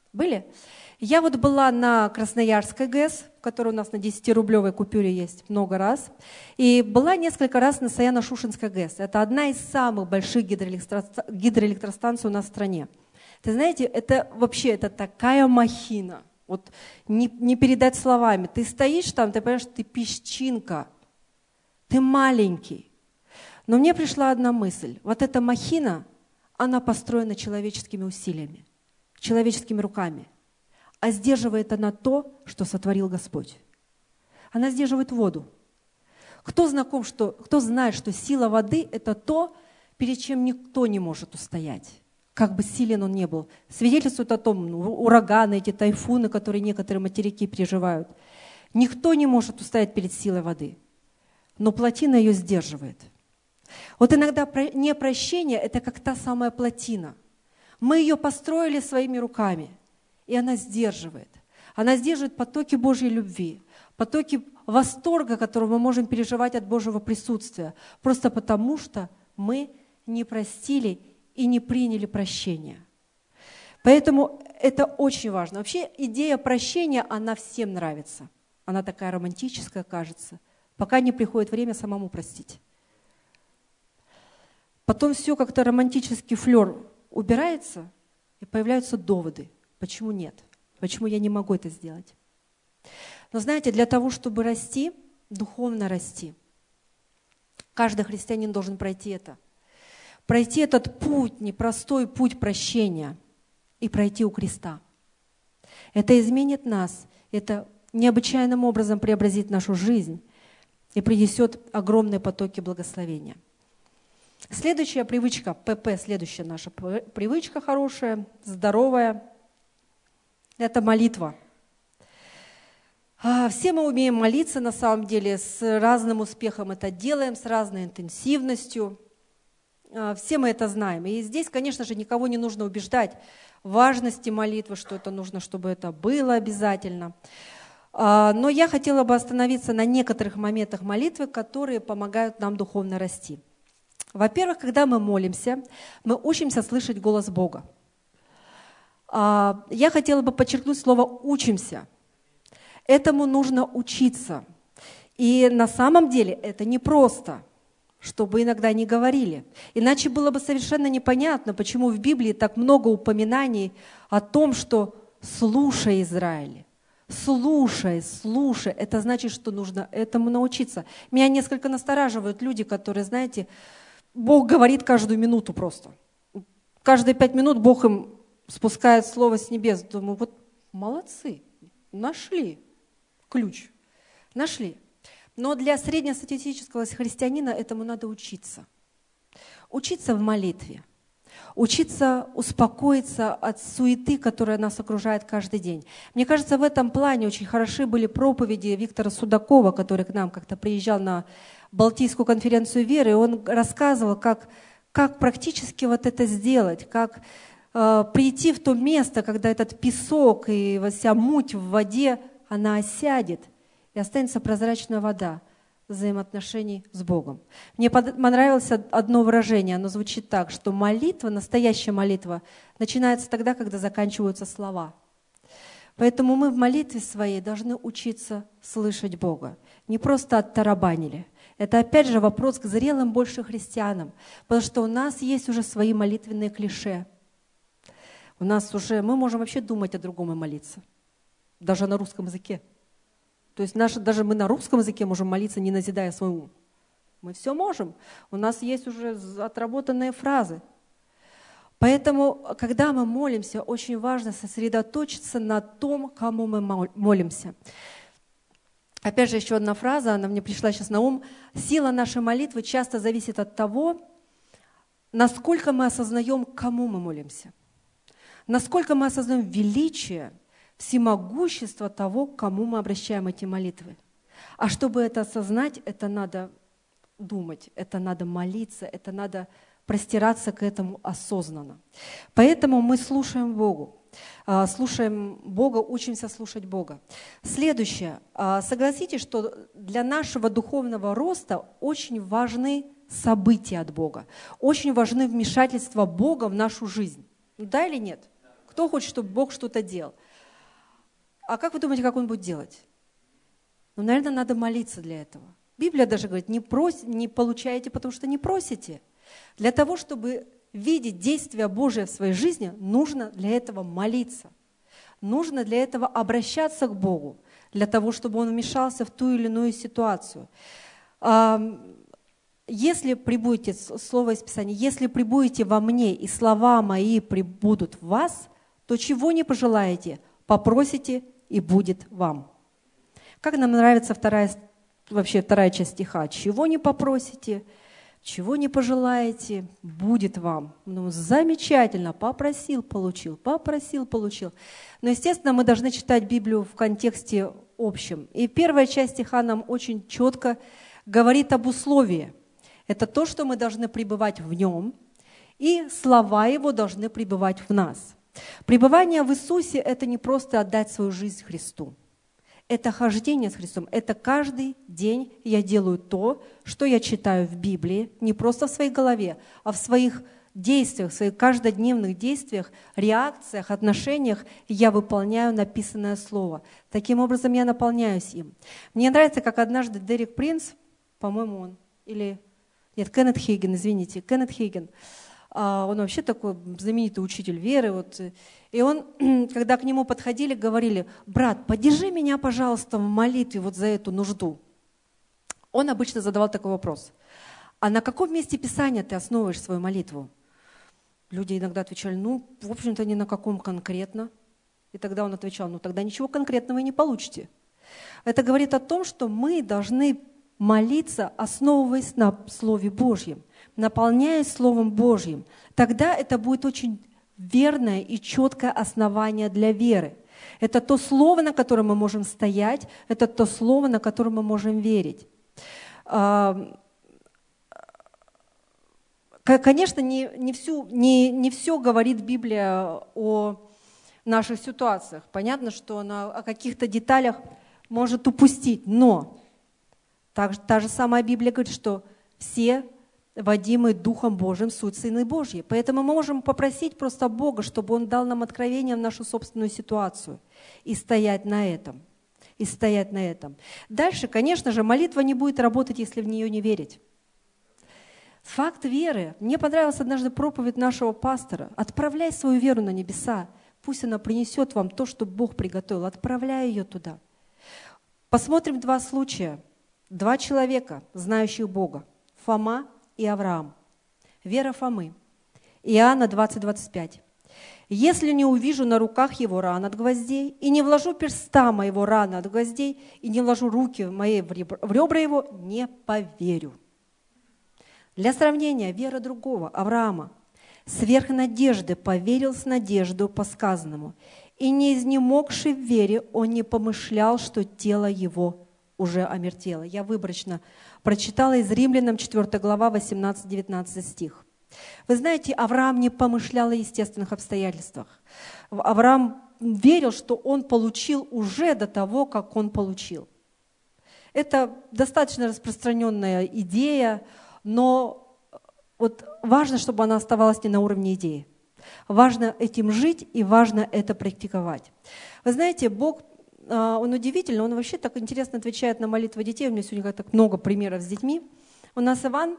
Были? Я вот была на Красноярской ГЭС, которая у нас на десятирублевой купюре есть много раз, и была несколько раз на Саяно-Шушенской ГЭС. Это одна из самых больших гидроэлектроста- гидроэлектростанций у нас в стране. Ты знаете, это вообще это такая махина, вот не, не передать словами. Ты стоишь там, ты понимаешь, ты песчинка, ты маленький. Но мне пришла одна мысль. Вот эта махина, она построена человеческими усилиями, человеческими руками. А сдерживает она то, что сотворил Господь. Она сдерживает воду. Кто знаком, что, кто знает, что сила воды – это то, перед чем никто не может устоять, как бы силен он ни был. Свидетельствует о том, ну, ураганы, эти тайфуны, которые некоторые материки переживают. Никто не может устоять перед силой воды, но плотина ее сдерживает. Вот иногда непрощение – это как та самая плотина. Мы ее построили своими руками, и она сдерживает. Она сдерживает потоки Божьей любви, потоки восторга, которые мы можем переживать от Божьего присутствия, просто потому что мы не простили и не приняли прощения. Поэтому это очень важно. Вообще идея прощения, она всем нравится. Она такая романтическая, кажется, пока не приходит время самому простить. Потом все как-то романтический флер убирается, и появляются доводы. Почему нет? Почему я не могу это сделать? Но знаете, для того, чтобы расти, духовно расти, каждый христианин должен пройти это. Пройти этот путь, непростой путь прощения, и пройти у креста. Это изменит нас, это необычайным образом преобразит нашу жизнь и принесет огромные потоки благословения. Следующая привычка, ПП, следующая наша привычка хорошая, здоровая, это молитва. Все мы умеем молиться, на самом деле, с разным успехом это делаем, с разной интенсивностью. Все мы это знаем. И здесь, конечно же, никого не нужно убеждать в важности молитвы, что это нужно, чтобы это было обязательно. Но я хотела бы остановиться на некоторых моментах молитвы, которые помогают нам духовно расти. Во-первых, когда мы молимся, мы учимся слышать голос Бога. Я хотела бы подчеркнуть слово «учимся». Этому нужно учиться. И на самом деле это непросто, чтобы иногда не говорили. Иначе было бы совершенно непонятно, почему в Библии так много упоминаний о том, что «слушай, Израиль». Слушай, слушай. Это значит, что нужно этому научиться. Меня несколько настораживают люди, которые, знаете, Бог говорит каждую минуту просто. Каждые пять минут Бог им спускает слово с небес. Думаю, вот молодцы, нашли ключ, нашли. Но для среднестатистического христианина этому надо учиться. Учиться в молитве, учиться успокоиться от суеты, которая нас окружает каждый день. Мне кажется, в этом плане очень хороши были проповеди Виктора Судакова, который к нам как-то приезжал на Балтийскую конференцию веры, и он рассказывал, как, как практически вот это сделать, как э, прийти в то место, когда этот песок и вся муть в воде, она осядет, и останется прозрачная вода взаимоотношений с Богом. Мне понравилось одно выражение, оно звучит так, что молитва, настоящая молитва, начинается тогда, когда заканчиваются слова. Поэтому мы в молитве своей должны учиться слышать Бога. Не просто оттарабанили. Это опять же вопрос к зрелым больше христианам, потому что у нас есть уже свои молитвенные клише. У нас уже, мы можем вообще думать о другом и молиться, даже на русском языке. То есть наш, даже мы на русском языке можем молиться, не назидая свой ум. Мы все можем. У нас есть уже отработанные фразы. Поэтому, когда мы молимся, очень важно сосредоточиться на том, кому мы молимся. Опять же, еще одна фраза, она мне пришла сейчас на ум. Сила нашей молитвы часто зависит от того, насколько мы осознаем, кому мы молимся. Насколько мы осознаем величие, всемогущество того, к кому мы обращаем эти молитвы. А чтобы это осознать, это надо думать, это надо молиться, это надо простираться к этому осознанно. Поэтому мы слушаем Богу. Слушаем Бога, учимся слушать Бога. Следующее. Согласитесь, что для нашего духовного роста очень важны события от Бога. Очень важны вмешательства Бога в нашу жизнь. Да или нет? Кто хочет, чтобы Бог что-то делал? А как вы думаете, как Он будет делать? Ну, наверное, надо молиться для этого. Библия даже говорит, не, прос... не получаете, потому что не просите. Для того, чтобы видеть действия Божие в своей жизни, нужно для этого молиться. Нужно для этого обращаться к Богу, для того, чтобы Он вмешался в ту или иную ситуацию. Если пребудете, слово из Писания, если пребудете во мне, и слова мои пребудут в вас, то чего не пожелаете, попросите, и будет вам. Как нам нравится вторая, вообще вторая часть стиха. Чего не попросите, чего не пожелаете, будет вам. Ну, замечательно, попросил, получил, попросил, получил. Но, естественно, мы должны читать Библию в контексте общем. И первая часть стиха нам очень четко говорит об условии. Это то, что мы должны пребывать в Нем, и слова Его должны пребывать в нас. Пребывание в Иисусе – это не просто отдать свою жизнь Христу. Это хождение с Христом. Это каждый день я делаю то, что я читаю в Библии, не просто в своей голове, а в своих действиях, в своих каждодневных действиях, реакциях, отношениях я выполняю написанное слово. Таким образом, я наполняюсь им. Мне нравится, как однажды Дерек Принц, по-моему, он, или... Нет, Кеннет Хейген, извините, Кеннет Хейген. Он вообще такой знаменитый учитель веры. Вот. И он, когда к нему подходили, говорили: брат, поддержи меня, пожалуйста, в молитве вот за эту нужду. Он обычно задавал такой вопрос: а на каком месте Писания ты основываешь свою молитву? Люди иногда отвечали: ну, в общем-то, ни на каком конкретно. И тогда он отвечал: ну, тогда ничего конкретного и не получите. Это говорит о том, что мы должны молиться, основываясь на Слове Божьем, наполняясь Словом Божьим. Тогда это будет очень верное и четкое основание для веры. Это то слово, на котором мы можем стоять, это то слово, на котором мы можем верить. Конечно, не, не, всю, не, не все говорит Библия о наших ситуациях. Понятно, что она о каких-то деталях может упустить, но так, та же самая Библия говорит, что все водимые Духом Божьим суть сыны Божьи. Поэтому мы можем попросить просто Бога, чтобы Он дал нам откровение в нашу собственную ситуацию и стоять на этом. И стоять на этом. Дальше, конечно же, молитва не будет работать, если в нее не верить. Факт веры. Мне понравилась однажды проповедь нашего пастора. Отправляй свою веру на небеса. Пусть она принесет вам то, что Бог приготовил. Отправляй ее туда. Посмотрим два случая. Два человека, знающих Бога. Фома и Авраам. Вера Фомы. Иоанна двадцать двадцать пять. «Если не увижу на руках его ран от гвоздей, и не вложу перста моего рана от гвоздей, и не вложу руки мои в ребра его, не поверю». Для сравнения, вера другого, Авраама. «Сверх надежды поверил с надеждой по сказанному, и не изнемогший в вере он не помышлял, что тело его уже омертвело». Я выборочно прочитала из Римлянам четвёртая глава, восемнадцатый-девятнадцатый стих. Вы знаете, Авраам не помышлял о естественных обстоятельствах. Авраам верил, что он получил уже до того, как он получил. Это достаточно распространенная идея, но вот важно, чтобы она оставалась не на уровне идеи. Важно этим жить и важно это практиковать. Вы знаете, Бог, Он удивительный, Он вообще так интересно отвечает на молитвы детей. У меня сегодня так много примеров с детьми. У нас Иван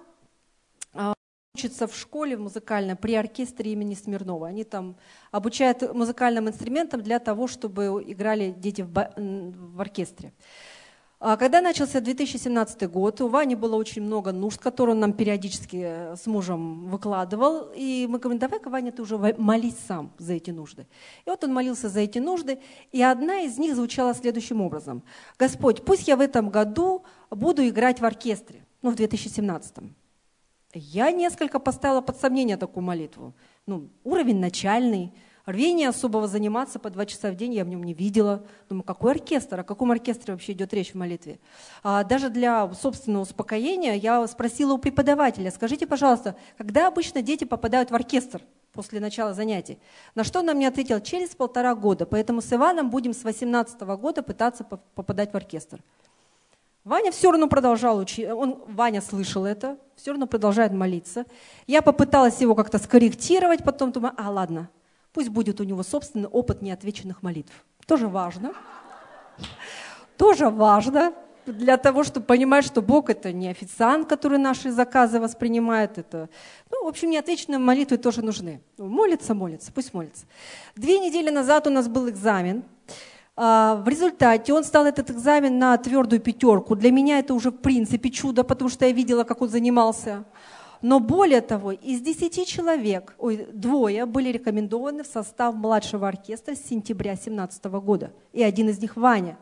учится в школе музыкальной при оркестре имени Смирнова. Они там обучают музыкальным инструментам для того, чтобы играли дети в, в оркестре. А когда начался две тысячи семнадцатый год, у Вани было очень много нужд, которые он нам периодически с мужем выкладывал. И мы говорим: давай-ка, Ваня, ты уже молись сам за эти нужды. И вот он молился за эти нужды, и одна из них звучала следующим образом: «Господь, пусть я в этом году буду играть в оркестре». Ну, в две тысячи семнадцатом. Я несколько поставила под сомнение такую молитву. Ну, уровень начальный, рвение особого заниматься по два часа в день я в нем не видела. Думаю, какой оркестр? О каком оркестре вообще идет речь в молитве? А даже для собственного успокоения я спросила у преподавателя: скажите, пожалуйста, когда обычно дети попадают в оркестр после начала занятий? На что он мне ответил: через полтора года. Поэтому с Иваном будем с восемнадцатого года пытаться попадать в оркестр. Ваня все равно продолжал учить, он, Ваня слышал это, все равно продолжает молиться. Я попыталась его как-то скорректировать, потом думаю: а ладно, Пусть будет у него собственный опыт неотвеченных молитв. Тоже важно. Тоже важно для того, чтобы понимать, что Бог — это не официант, который наши заказы воспринимает. Это, ну, в общем, неотвеченные молитвы тоже нужны. Молится, молится, пусть молится. Две недели назад у нас был экзамен. В результате он сдал этот экзамен на твердую пятерку. Для меня это уже в принципе чудо, потому что я видела, как он занимался. Но более того, из десяти человек, ой, двое были рекомендованы в состав младшего оркестра с сентября две тысячи семнадцатого года. И один из них Ваня.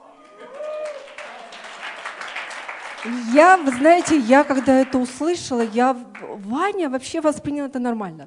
Я, вы знаете, я когда это услышала, я, Ваня вообще воспринял это нормально.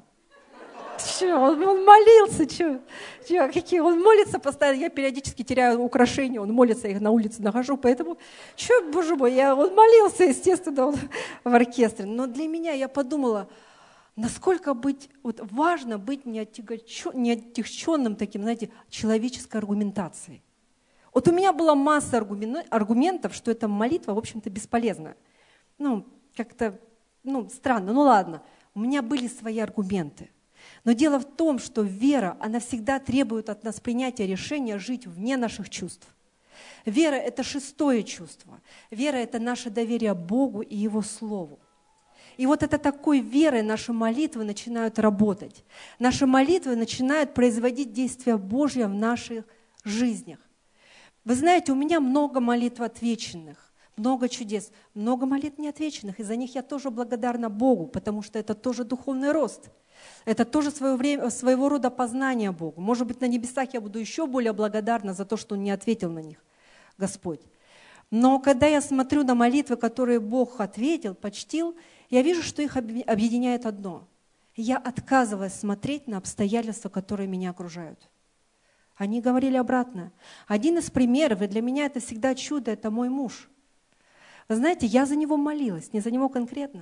Че, он, он молился, че, че, какие, он молится постоянно, я периодически теряю украшения, он молится, я их на улице нахожу, поэтому, че, боже мой, я, он молился, естественно, он, в оркестре. Но для меня, я подумала, насколько быть, вот важно быть неотягченным таким, знаете, человеческой аргументацией. Вот у меня была масса аргументов, что эта молитва, в общем-то, бесполезна. Ну, как-то, ну, странно, ну ладно, у меня были свои аргументы. Но дело в том, что вера, она всегда требует от нас принятия решения жить вне наших чувств. Вера — это шестое чувство. Вера — это наше доверие Богу и Его Слову. И вот это такой верой наши молитвы начинают работать. Наши молитвы начинают производить действия Божье в наших жизнях. Вы знаете, у меня много молитв отвеченных, много чудес, много молитв неотвеченных, и за них я тоже благодарна Богу, потому что это тоже духовный рост. Это тоже свое время, своего рода познание Богу. Может быть, на небесах я буду еще более благодарна за то, что Он не ответил на них, Господь. Но когда я смотрю на молитвы, которые Бог ответил, почтил, я вижу, что их объединяет одно. Я отказываюсь смотреть на обстоятельства, которые меня окружают. Они говорили обратно. Один из примеров, и для меня это всегда чудо, это мой муж. Вы знаете, я за него молилась, не за него конкретно,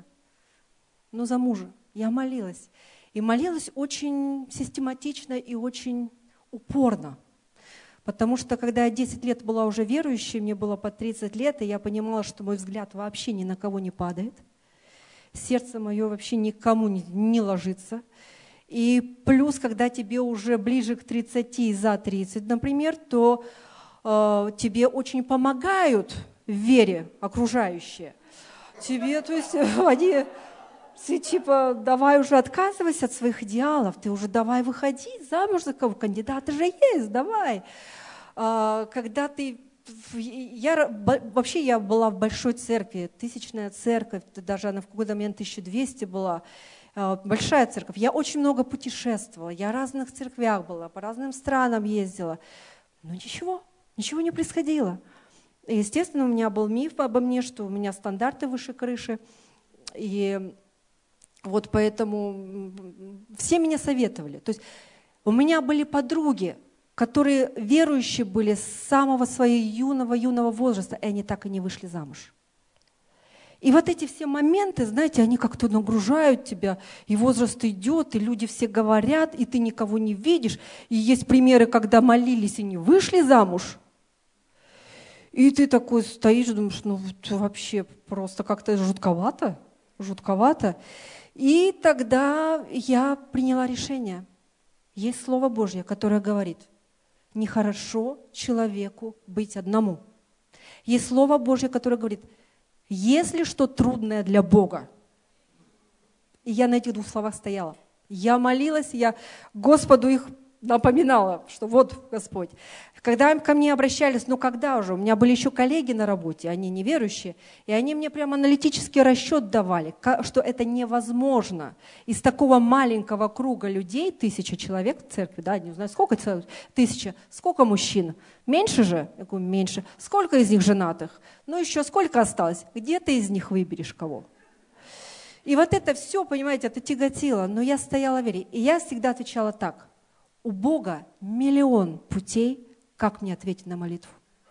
но за мужа. Я молилась. И молилась очень систематично и очень упорно. Потому что, когда я десять лет была уже верующей, мне было по тридцать лет, и я понимала, что мой взгляд вообще ни на кого не падает. Сердце мое вообще никому не, не ложится. И плюс, когда тебе уже ближе к тридцати, за тридцать, например, то э, тебе очень помогают в вере окружающие. Тебе, то есть, они... Ты типа давай уже отказывайся от своих идеалов, ты уже давай выходи замуж за кого, кандидаты же есть, давай. А, когда ты, я, вообще я была в большой церкви, тысячная церковь, даже она в какой-то момент тысяча двести была, большая церковь. Я очень много путешествовала, я в разных церквях была, по разным странам ездила, но ничего, ничего не происходило. И, естественно, у меня был миф обо мне, что у меня стандарты выше крыши, и вот поэтому все меня советовали. То есть у меня были подруги, которые верующие были с самого своего юного-юного возраста, и они так и не вышли замуж. И вот эти все моменты, знаете, они как-то нагружают тебя, и возраст идет, и люди все говорят, и ты никого не видишь. И есть примеры, когда молились и не вышли замуж. И ты такой стоишь, думаешь, ну вообще просто как-то жутковато, жутковато. И тогда я приняла решение. Есть Слово Божье, которое говорит, нехорошо человеку быть одному. Есть Слово Божье, которое говорит, если что трудное для Бога. И я на этих двух словах стояла. Я молилась, я Господу их напоминала, что вот Господь. Когда ко мне обращались, ну когда уже, у меня были еще коллеги на работе, они неверующие, и они мне прям аналитический расчет давали, что это невозможно. Из такого маленького круга людей, тысяча человек в церкви, да, не знаю, сколько тысяча, сколько мужчин? Меньше же? Я говорю, меньше. Сколько из них женатых? Ну еще сколько осталось? Где ты из них выберешь кого? И вот это все, понимаете, это тяготило, но я стояла в вере, и я всегда отвечала так. У Бога миллион путей, как мне ответить на молитву.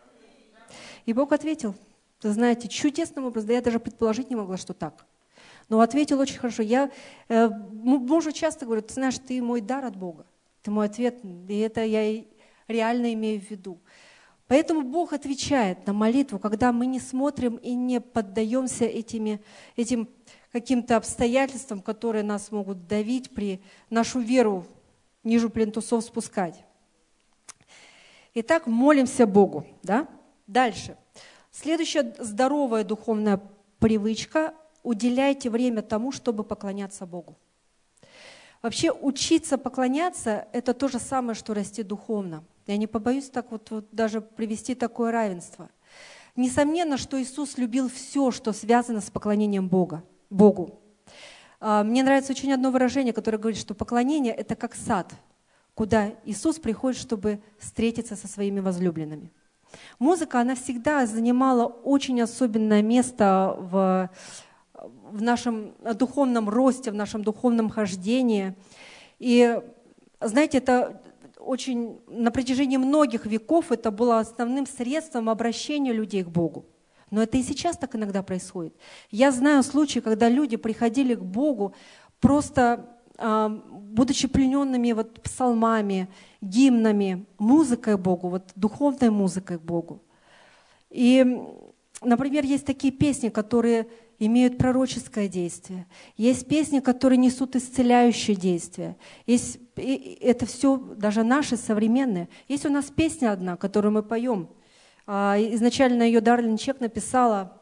И Бог ответил, вы знаете, чудесным образом, да я даже предположить не могла, что так. Но ответил очень хорошо. Я э, мужу часто говорю, ты знаешь, ты мой дар от Бога, ты мой ответ, и это я реально имею в виду. Поэтому Бог отвечает на молитву, когда мы не смотрим и не поддаемся этими, этим каким-то обстоятельствам, которые нас могут давить при нашу веру ниже плинтусов спускать. Итак, молимся Богу. Да? Дальше. Следующая здоровая духовная привычка – уделяйте время тому, чтобы поклоняться Богу. Вообще учиться поклоняться – это то же самое, что расти духовно. Я не побоюсь так вот, вот даже привести такое равенство. Несомненно, что Иисус любил все, что связано с поклонением Бога, Богу. Мне нравится очень одно выражение, которое говорит, что поклонение – это как сад, куда Иисус приходит, чтобы встретиться со своими возлюбленными. Музыка, она всегда занимала очень особенное место в, в нашем духовном росте, в нашем духовном хождении. И, знаете, это очень на протяжении многих веков это было основным средством обращения людей к Богу. Но это и сейчас так иногда происходит. Я знаю случаи, когда люди приходили к Богу просто будучи плененными вот псалмами, гимнами, музыкой к Богу, вот духовной музыкой к Богу. И, например, есть такие песни, которые имеют пророческое действие. Есть песни, которые несут исцеляющее действие. Есть, и это все даже наши современные. Есть у нас песня одна, которую мы поем. Изначально ее Дарлин Чек написала.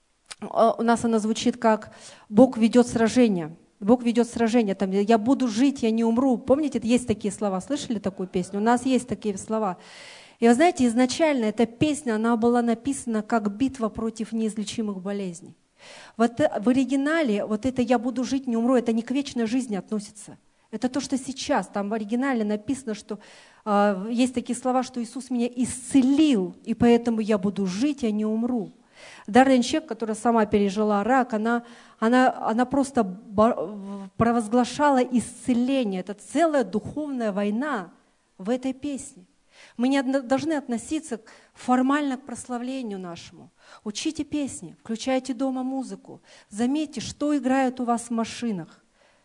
У нас она звучит как «Бог ведет сражение». Бог ведет сражение. Там, «Я буду жить, я не умру». Помните, есть такие слова? Слышали такую песню? У нас есть такие слова. И вы знаете, изначально эта песня, она была написана как битва против неизлечимых болезней. Вот в оригинале вот это «я буду жить, не умру», это не к вечной жизни относится. Это то, что сейчас. Там в оригинале написано, что э, есть такие слова, что Иисус меня исцелил, и поэтому я буду жить, я не умру. Дарлин Чек, которая сама пережила рак, она, она, она просто провозглашала исцеление. Это целая духовная война в этой песне. Мы не должны относиться формально к прославлению нашему. Учите песни, включайте дома музыку. Заметьте, что играет у вас в машинах.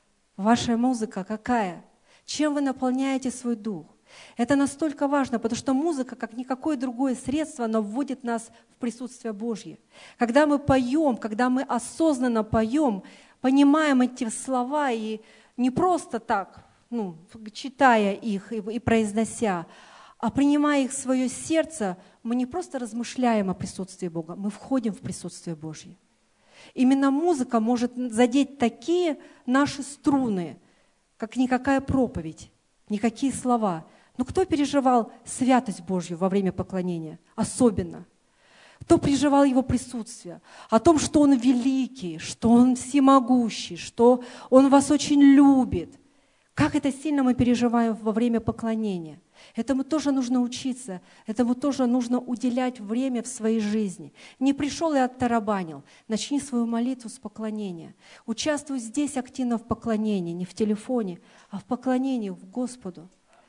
Ваша музыка какая? Чем вы наполняете свой дух? Это настолько важно, потому что музыка, как никакое другое средство, она вводит нас в присутствие Божье. Когда мы поем, когда мы осознанно поем, понимаем эти слова и не просто так, ну, читая их и, и произнося, а принимая их в свое сердце, мы не просто размышляем о присутствии Бога, мы входим в присутствие Божье. Именно музыка может задеть такие наши струны, как никакая проповедь, никакие слова. Но кто переживал святость Божью во время поклонения? Особенно. Кто переживал Его присутствие? О том, что Он великий, что Он всемогущий, что Он вас очень любит. Как это сильно мы переживаем во время поклонения. Этому тоже нужно учиться, этому тоже нужно уделять время в своей жизни. Не пришел и оттарабанил. Начни свою молитву с поклонения. Участвуй здесь активно в поклонении, не в телефоне, а в поклонении к Господу.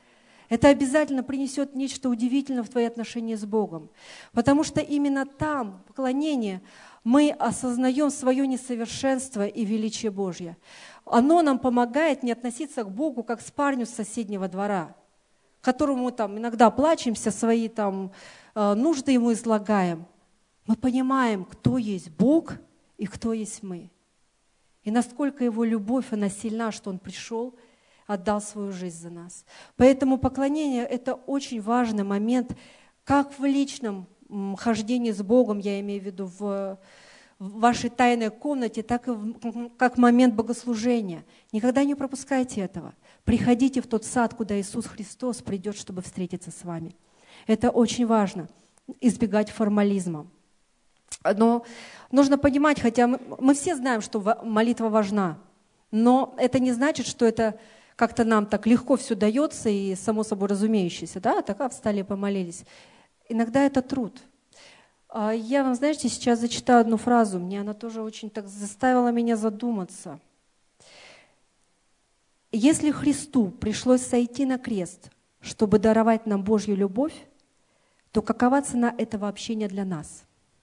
Это обязательно принесет нечто удивительное в твои отношения с Богом. Потому что именно там, в поклонении, мы осознаем свое несовершенство и величие Божье. Оно нам помогает не относиться к Богу, как с парню с соседнего двора, которому там иногда плачемся, свои там нужды ему излагаем. Мы понимаем, кто есть Бог и кто есть мы. И насколько Его любовь, она сильна, что Он пришел, отдал свою жизнь за нас. Поэтому поклонение – это очень важный момент, как в личном хождении с Богом, я имею в виду в, в вашей тайной комнате, так и в, как момент богослужения. Никогда не пропускайте этого. Приходите в тот сад, куда Иисус Христос придет, чтобы встретиться с вами. Это очень важно, избегать формализма. Но нужно понимать, хотя мы, мы все знаем, что молитва важна, но это не значит, что это как-то нам так легко все дается и само собой разумеющееся. Да, так а встали и помолились. Иногда это труд. Я вам, знаете, сейчас зачитаю одну фразу. Мне она тоже очень так заставила меня задуматься. Если Христу пришлось сойти на крест, чтобы даровать нам Божью любовь, то какова цена этого общения для нас?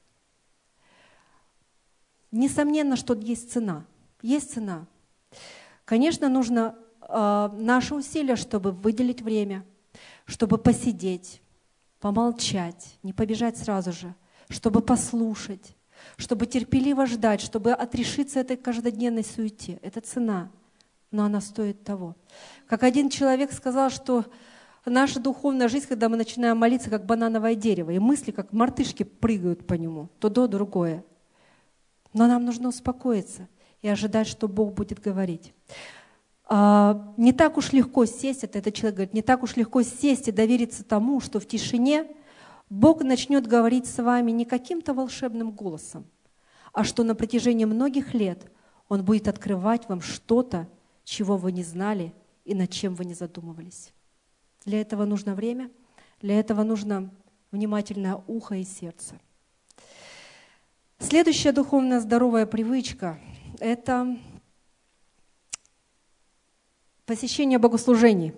Несомненно, что есть цена. Есть цена. Конечно, нужно э, наши усилия, чтобы выделить время, чтобы посидеть, помолчать, не побежать сразу же, чтобы послушать, чтобы терпеливо ждать, чтобы отрешиться этой каждодневной суете. Это цена. но она стоит того. Как один человек сказал, что наша духовная жизнь, когда мы начинаем молиться, как банановое дерево, и мысли, как мартышки, прыгают по нему, то до другое. Но нам нужно успокоиться и ожидать, что Бог будет говорить. А, не так уж легко сесть, это этот человек говорит, не так уж легко сесть и довериться тому, что в тишине Бог начнет говорить с вами не каким-то волшебным голосом, а что на протяжении многих лет Он будет открывать вам что-то, чего вы не знали и над чем вы не задумывались. Для этого нужно время, для этого нужно внимательное ухо и сердце. Следующая духовно здоровая привычка – это посещение богослужений.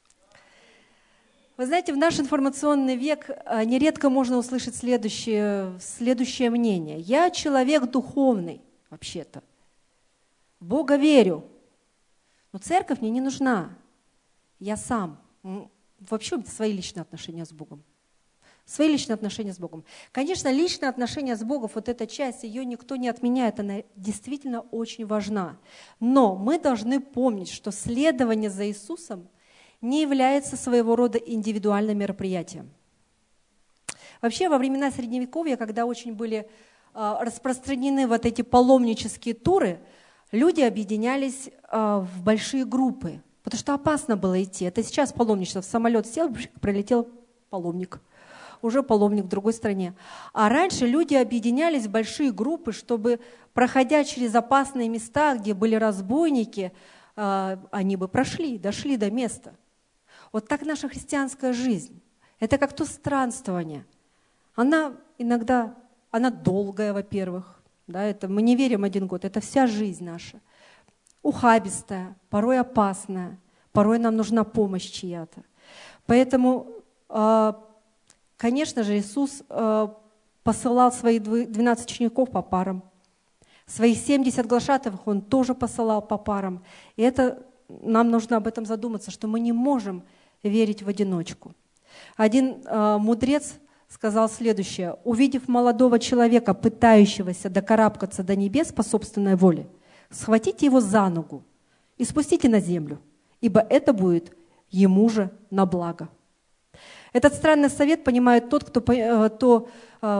Вы знаете, в наш информационный век нередко можно услышать следующее, следующее мнение. Я человек духовный, вообще-то. В Бога верю, но церковь мне не нужна. Я сам. Вообще свои личные отношения с Богом. Свои личные отношения с Богом. Конечно, личные отношения с Богом, вот эта часть, ее никто не отменяет, она действительно очень важна. Но мы должны помнить, что следование за Иисусом не является своего рода индивидуальным мероприятием. Вообще, во времена Средневековья, когда очень были распространены вот эти паломнические туры, люди объединялись в большие группы, потому что опасно было идти. Это сейчас паломничество. В самолет сел, прилетел паломник. Уже паломник в другой стране. А раньше люди объединялись в большие группы, чтобы, проходя через опасные места, где были разбойники, они бы прошли, дошли до места. Вот так наша христианская жизнь. Это как то странствование. Она иногда, она долгая, во-первых. Да, это, мы не верим один год, это вся жизнь наша. Ухабистая, порой опасная, порой нам нужна помощь чья-то. Поэтому, конечно же, Иисус посылал своих двенадцать учеников по парам. Своих семьдесят глашатаев Он тоже посылал по парам. И это нам нужно об этом задуматься, что мы не можем верить в одиночку. Один мудрец сказал следующее. «Увидев молодого человека, пытающегося докарабкаться до небес по собственной воле, схватите его за ногу и спустите на землю, ибо это будет ему же на благо». Этот странный совет понимает тот, кто, кто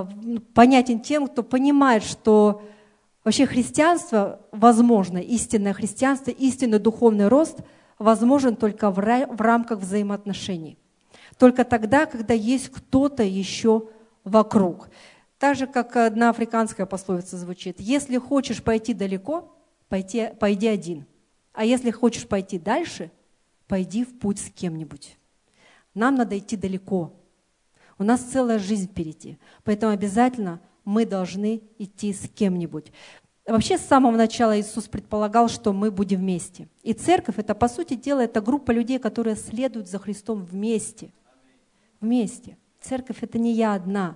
понятен тем, кто понимает, что вообще христианство возможно, истинное христианство, истинный духовный рост возможен только в рамках взаимоотношений. Только тогда, когда есть кто-то еще вокруг. Так же, как одна африканская пословица звучит. Если хочешь пойти далеко, пойди, пойди один. А если хочешь пойти дальше, пойди в путь с кем-нибудь. Нам надо идти далеко. У нас целая жизнь впереди. Поэтому обязательно мы должны идти с кем-нибудь. Вообще, с самого начала Иисус предполагал, что мы будем вместе. И церковь, это, по сути дела, это группа людей, которые следуют за Христом вместе. Вместе. Церковь — это не я одна.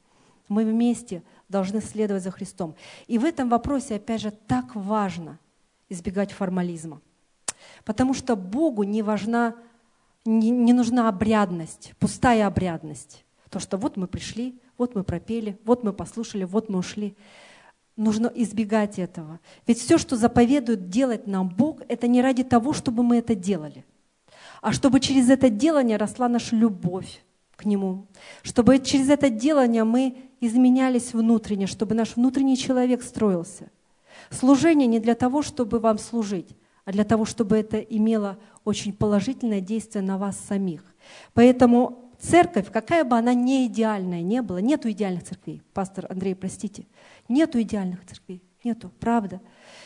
Мы вместе должны следовать за Христом. И в этом вопросе, опять же, так важно избегать формализма. Потому что Богу не важна, не, не нужна обрядность, пустая обрядность. То, что вот мы пришли, вот мы пропели, вот мы послушали, вот мы ушли. Нужно избегать этого. Ведь все, что заповедует делать нам Бог, это не ради того, чтобы мы это делали, а чтобы через это делание росла наша любовь к Нему, чтобы через это делание мы изменялись внутренне, чтобы наш внутренний человек строился. Служение не для того, чтобы вам служить, а для того, чтобы это имело очень положительное действие на вас самих. Поэтому церковь, какая бы она не идеальная не была, нету идеальных церквей. Пастор Андрей, простите, нету идеальных церквей, нету, правда.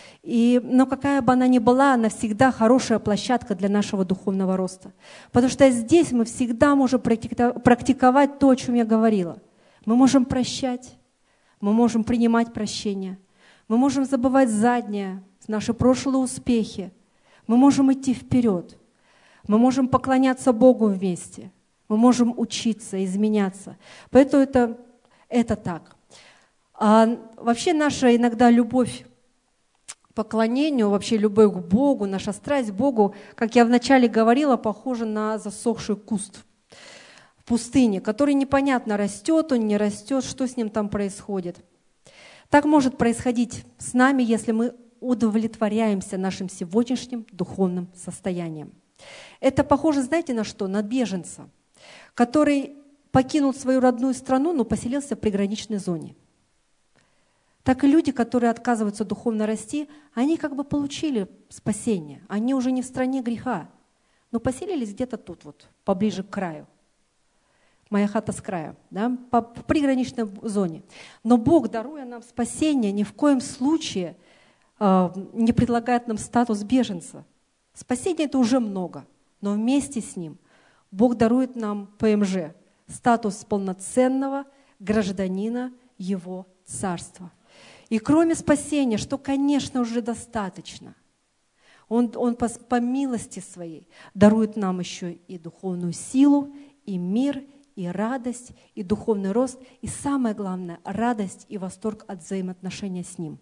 И, но какая бы она ни была, она всегда хорошая площадка для нашего духовного роста. Потому что здесь мы всегда можем практиковать то, о чем я говорила. Мы можем прощать, мы можем принимать прощение, мы можем забывать заднее, наши прошлые успехи, мы можем идти вперед, мы можем поклоняться Богу вместе, мы можем учиться, изменяться. Поэтому это, это так. А вообще наша иногда любовь к поклонению, вообще любовь к Богу, наша страсть к Богу, как я вначале говорила, похожа на засохший куст в пустыне, который непонятно, растет он, не растет, что с ним там происходит. Так может происходить с нами, если мы удовлетворяемся нашим сегодняшним духовным состоянием. Это похоже, знаете, на что? На беженца, который покинул свою родную страну, но поселился в приграничной зоне. Так и люди, которые отказываются духовно расти, они как бы получили спасение. Они уже не в стране греха, но поселились где-то тут вот, поближе к краю. Моя хата с краю, да, по приграничной зоне. Но Бог, даруя нам спасение, ни в коем случае э, не предлагает нам статус беженца. Спасение — это уже много, но вместе с ним Бог дарует нам ПМЖ, статус полноценного гражданина Его Царства. И кроме спасения, что, конечно, уже достаточно, Он, он по, по милости Своей дарует нам еще и духовную силу, и мир, и радость, и духовный рост, и самое главное — радость и восторг от взаимоотношения с Ним.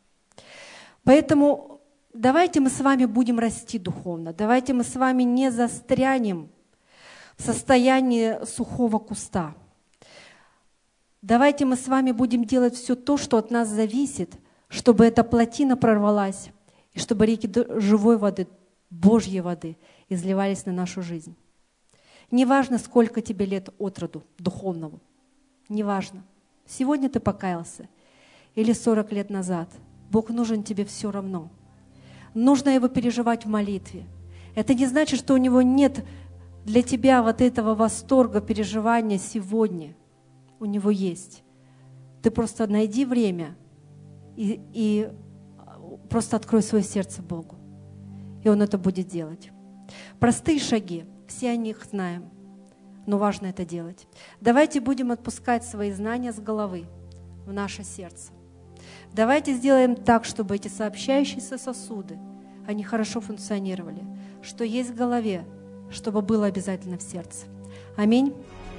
Поэтому давайте мы с вами будем расти духовно, давайте мы с вами не застрянем в состоянии сухого куста. Давайте мы с вами будем делать все то, что от нас зависит, чтобы эта плотина прорвалась, и чтобы реки живой воды, Божьей воды изливались на нашу жизнь. Неважно, сколько тебе лет от роду духовному, неважно. Сегодня ты покаялся или сорок лет назад. Бог нужен тебе все равно. Нужно Его переживать в молитве. Это не значит, что у Него нет для тебя вот этого восторга, переживания сегодня. У Него есть. Ты просто найди время и, и просто открой свое сердце Богу. И Он это будет делать. Простые шаги. Все о них знаем, но важно это делать. Давайте будем отпускать свои знания с головы в наше сердце. Давайте сделаем так, чтобы эти сообщающиеся сосуды, они хорошо функционировали. Что есть в голове, чтобы было обязательно в сердце. Аминь.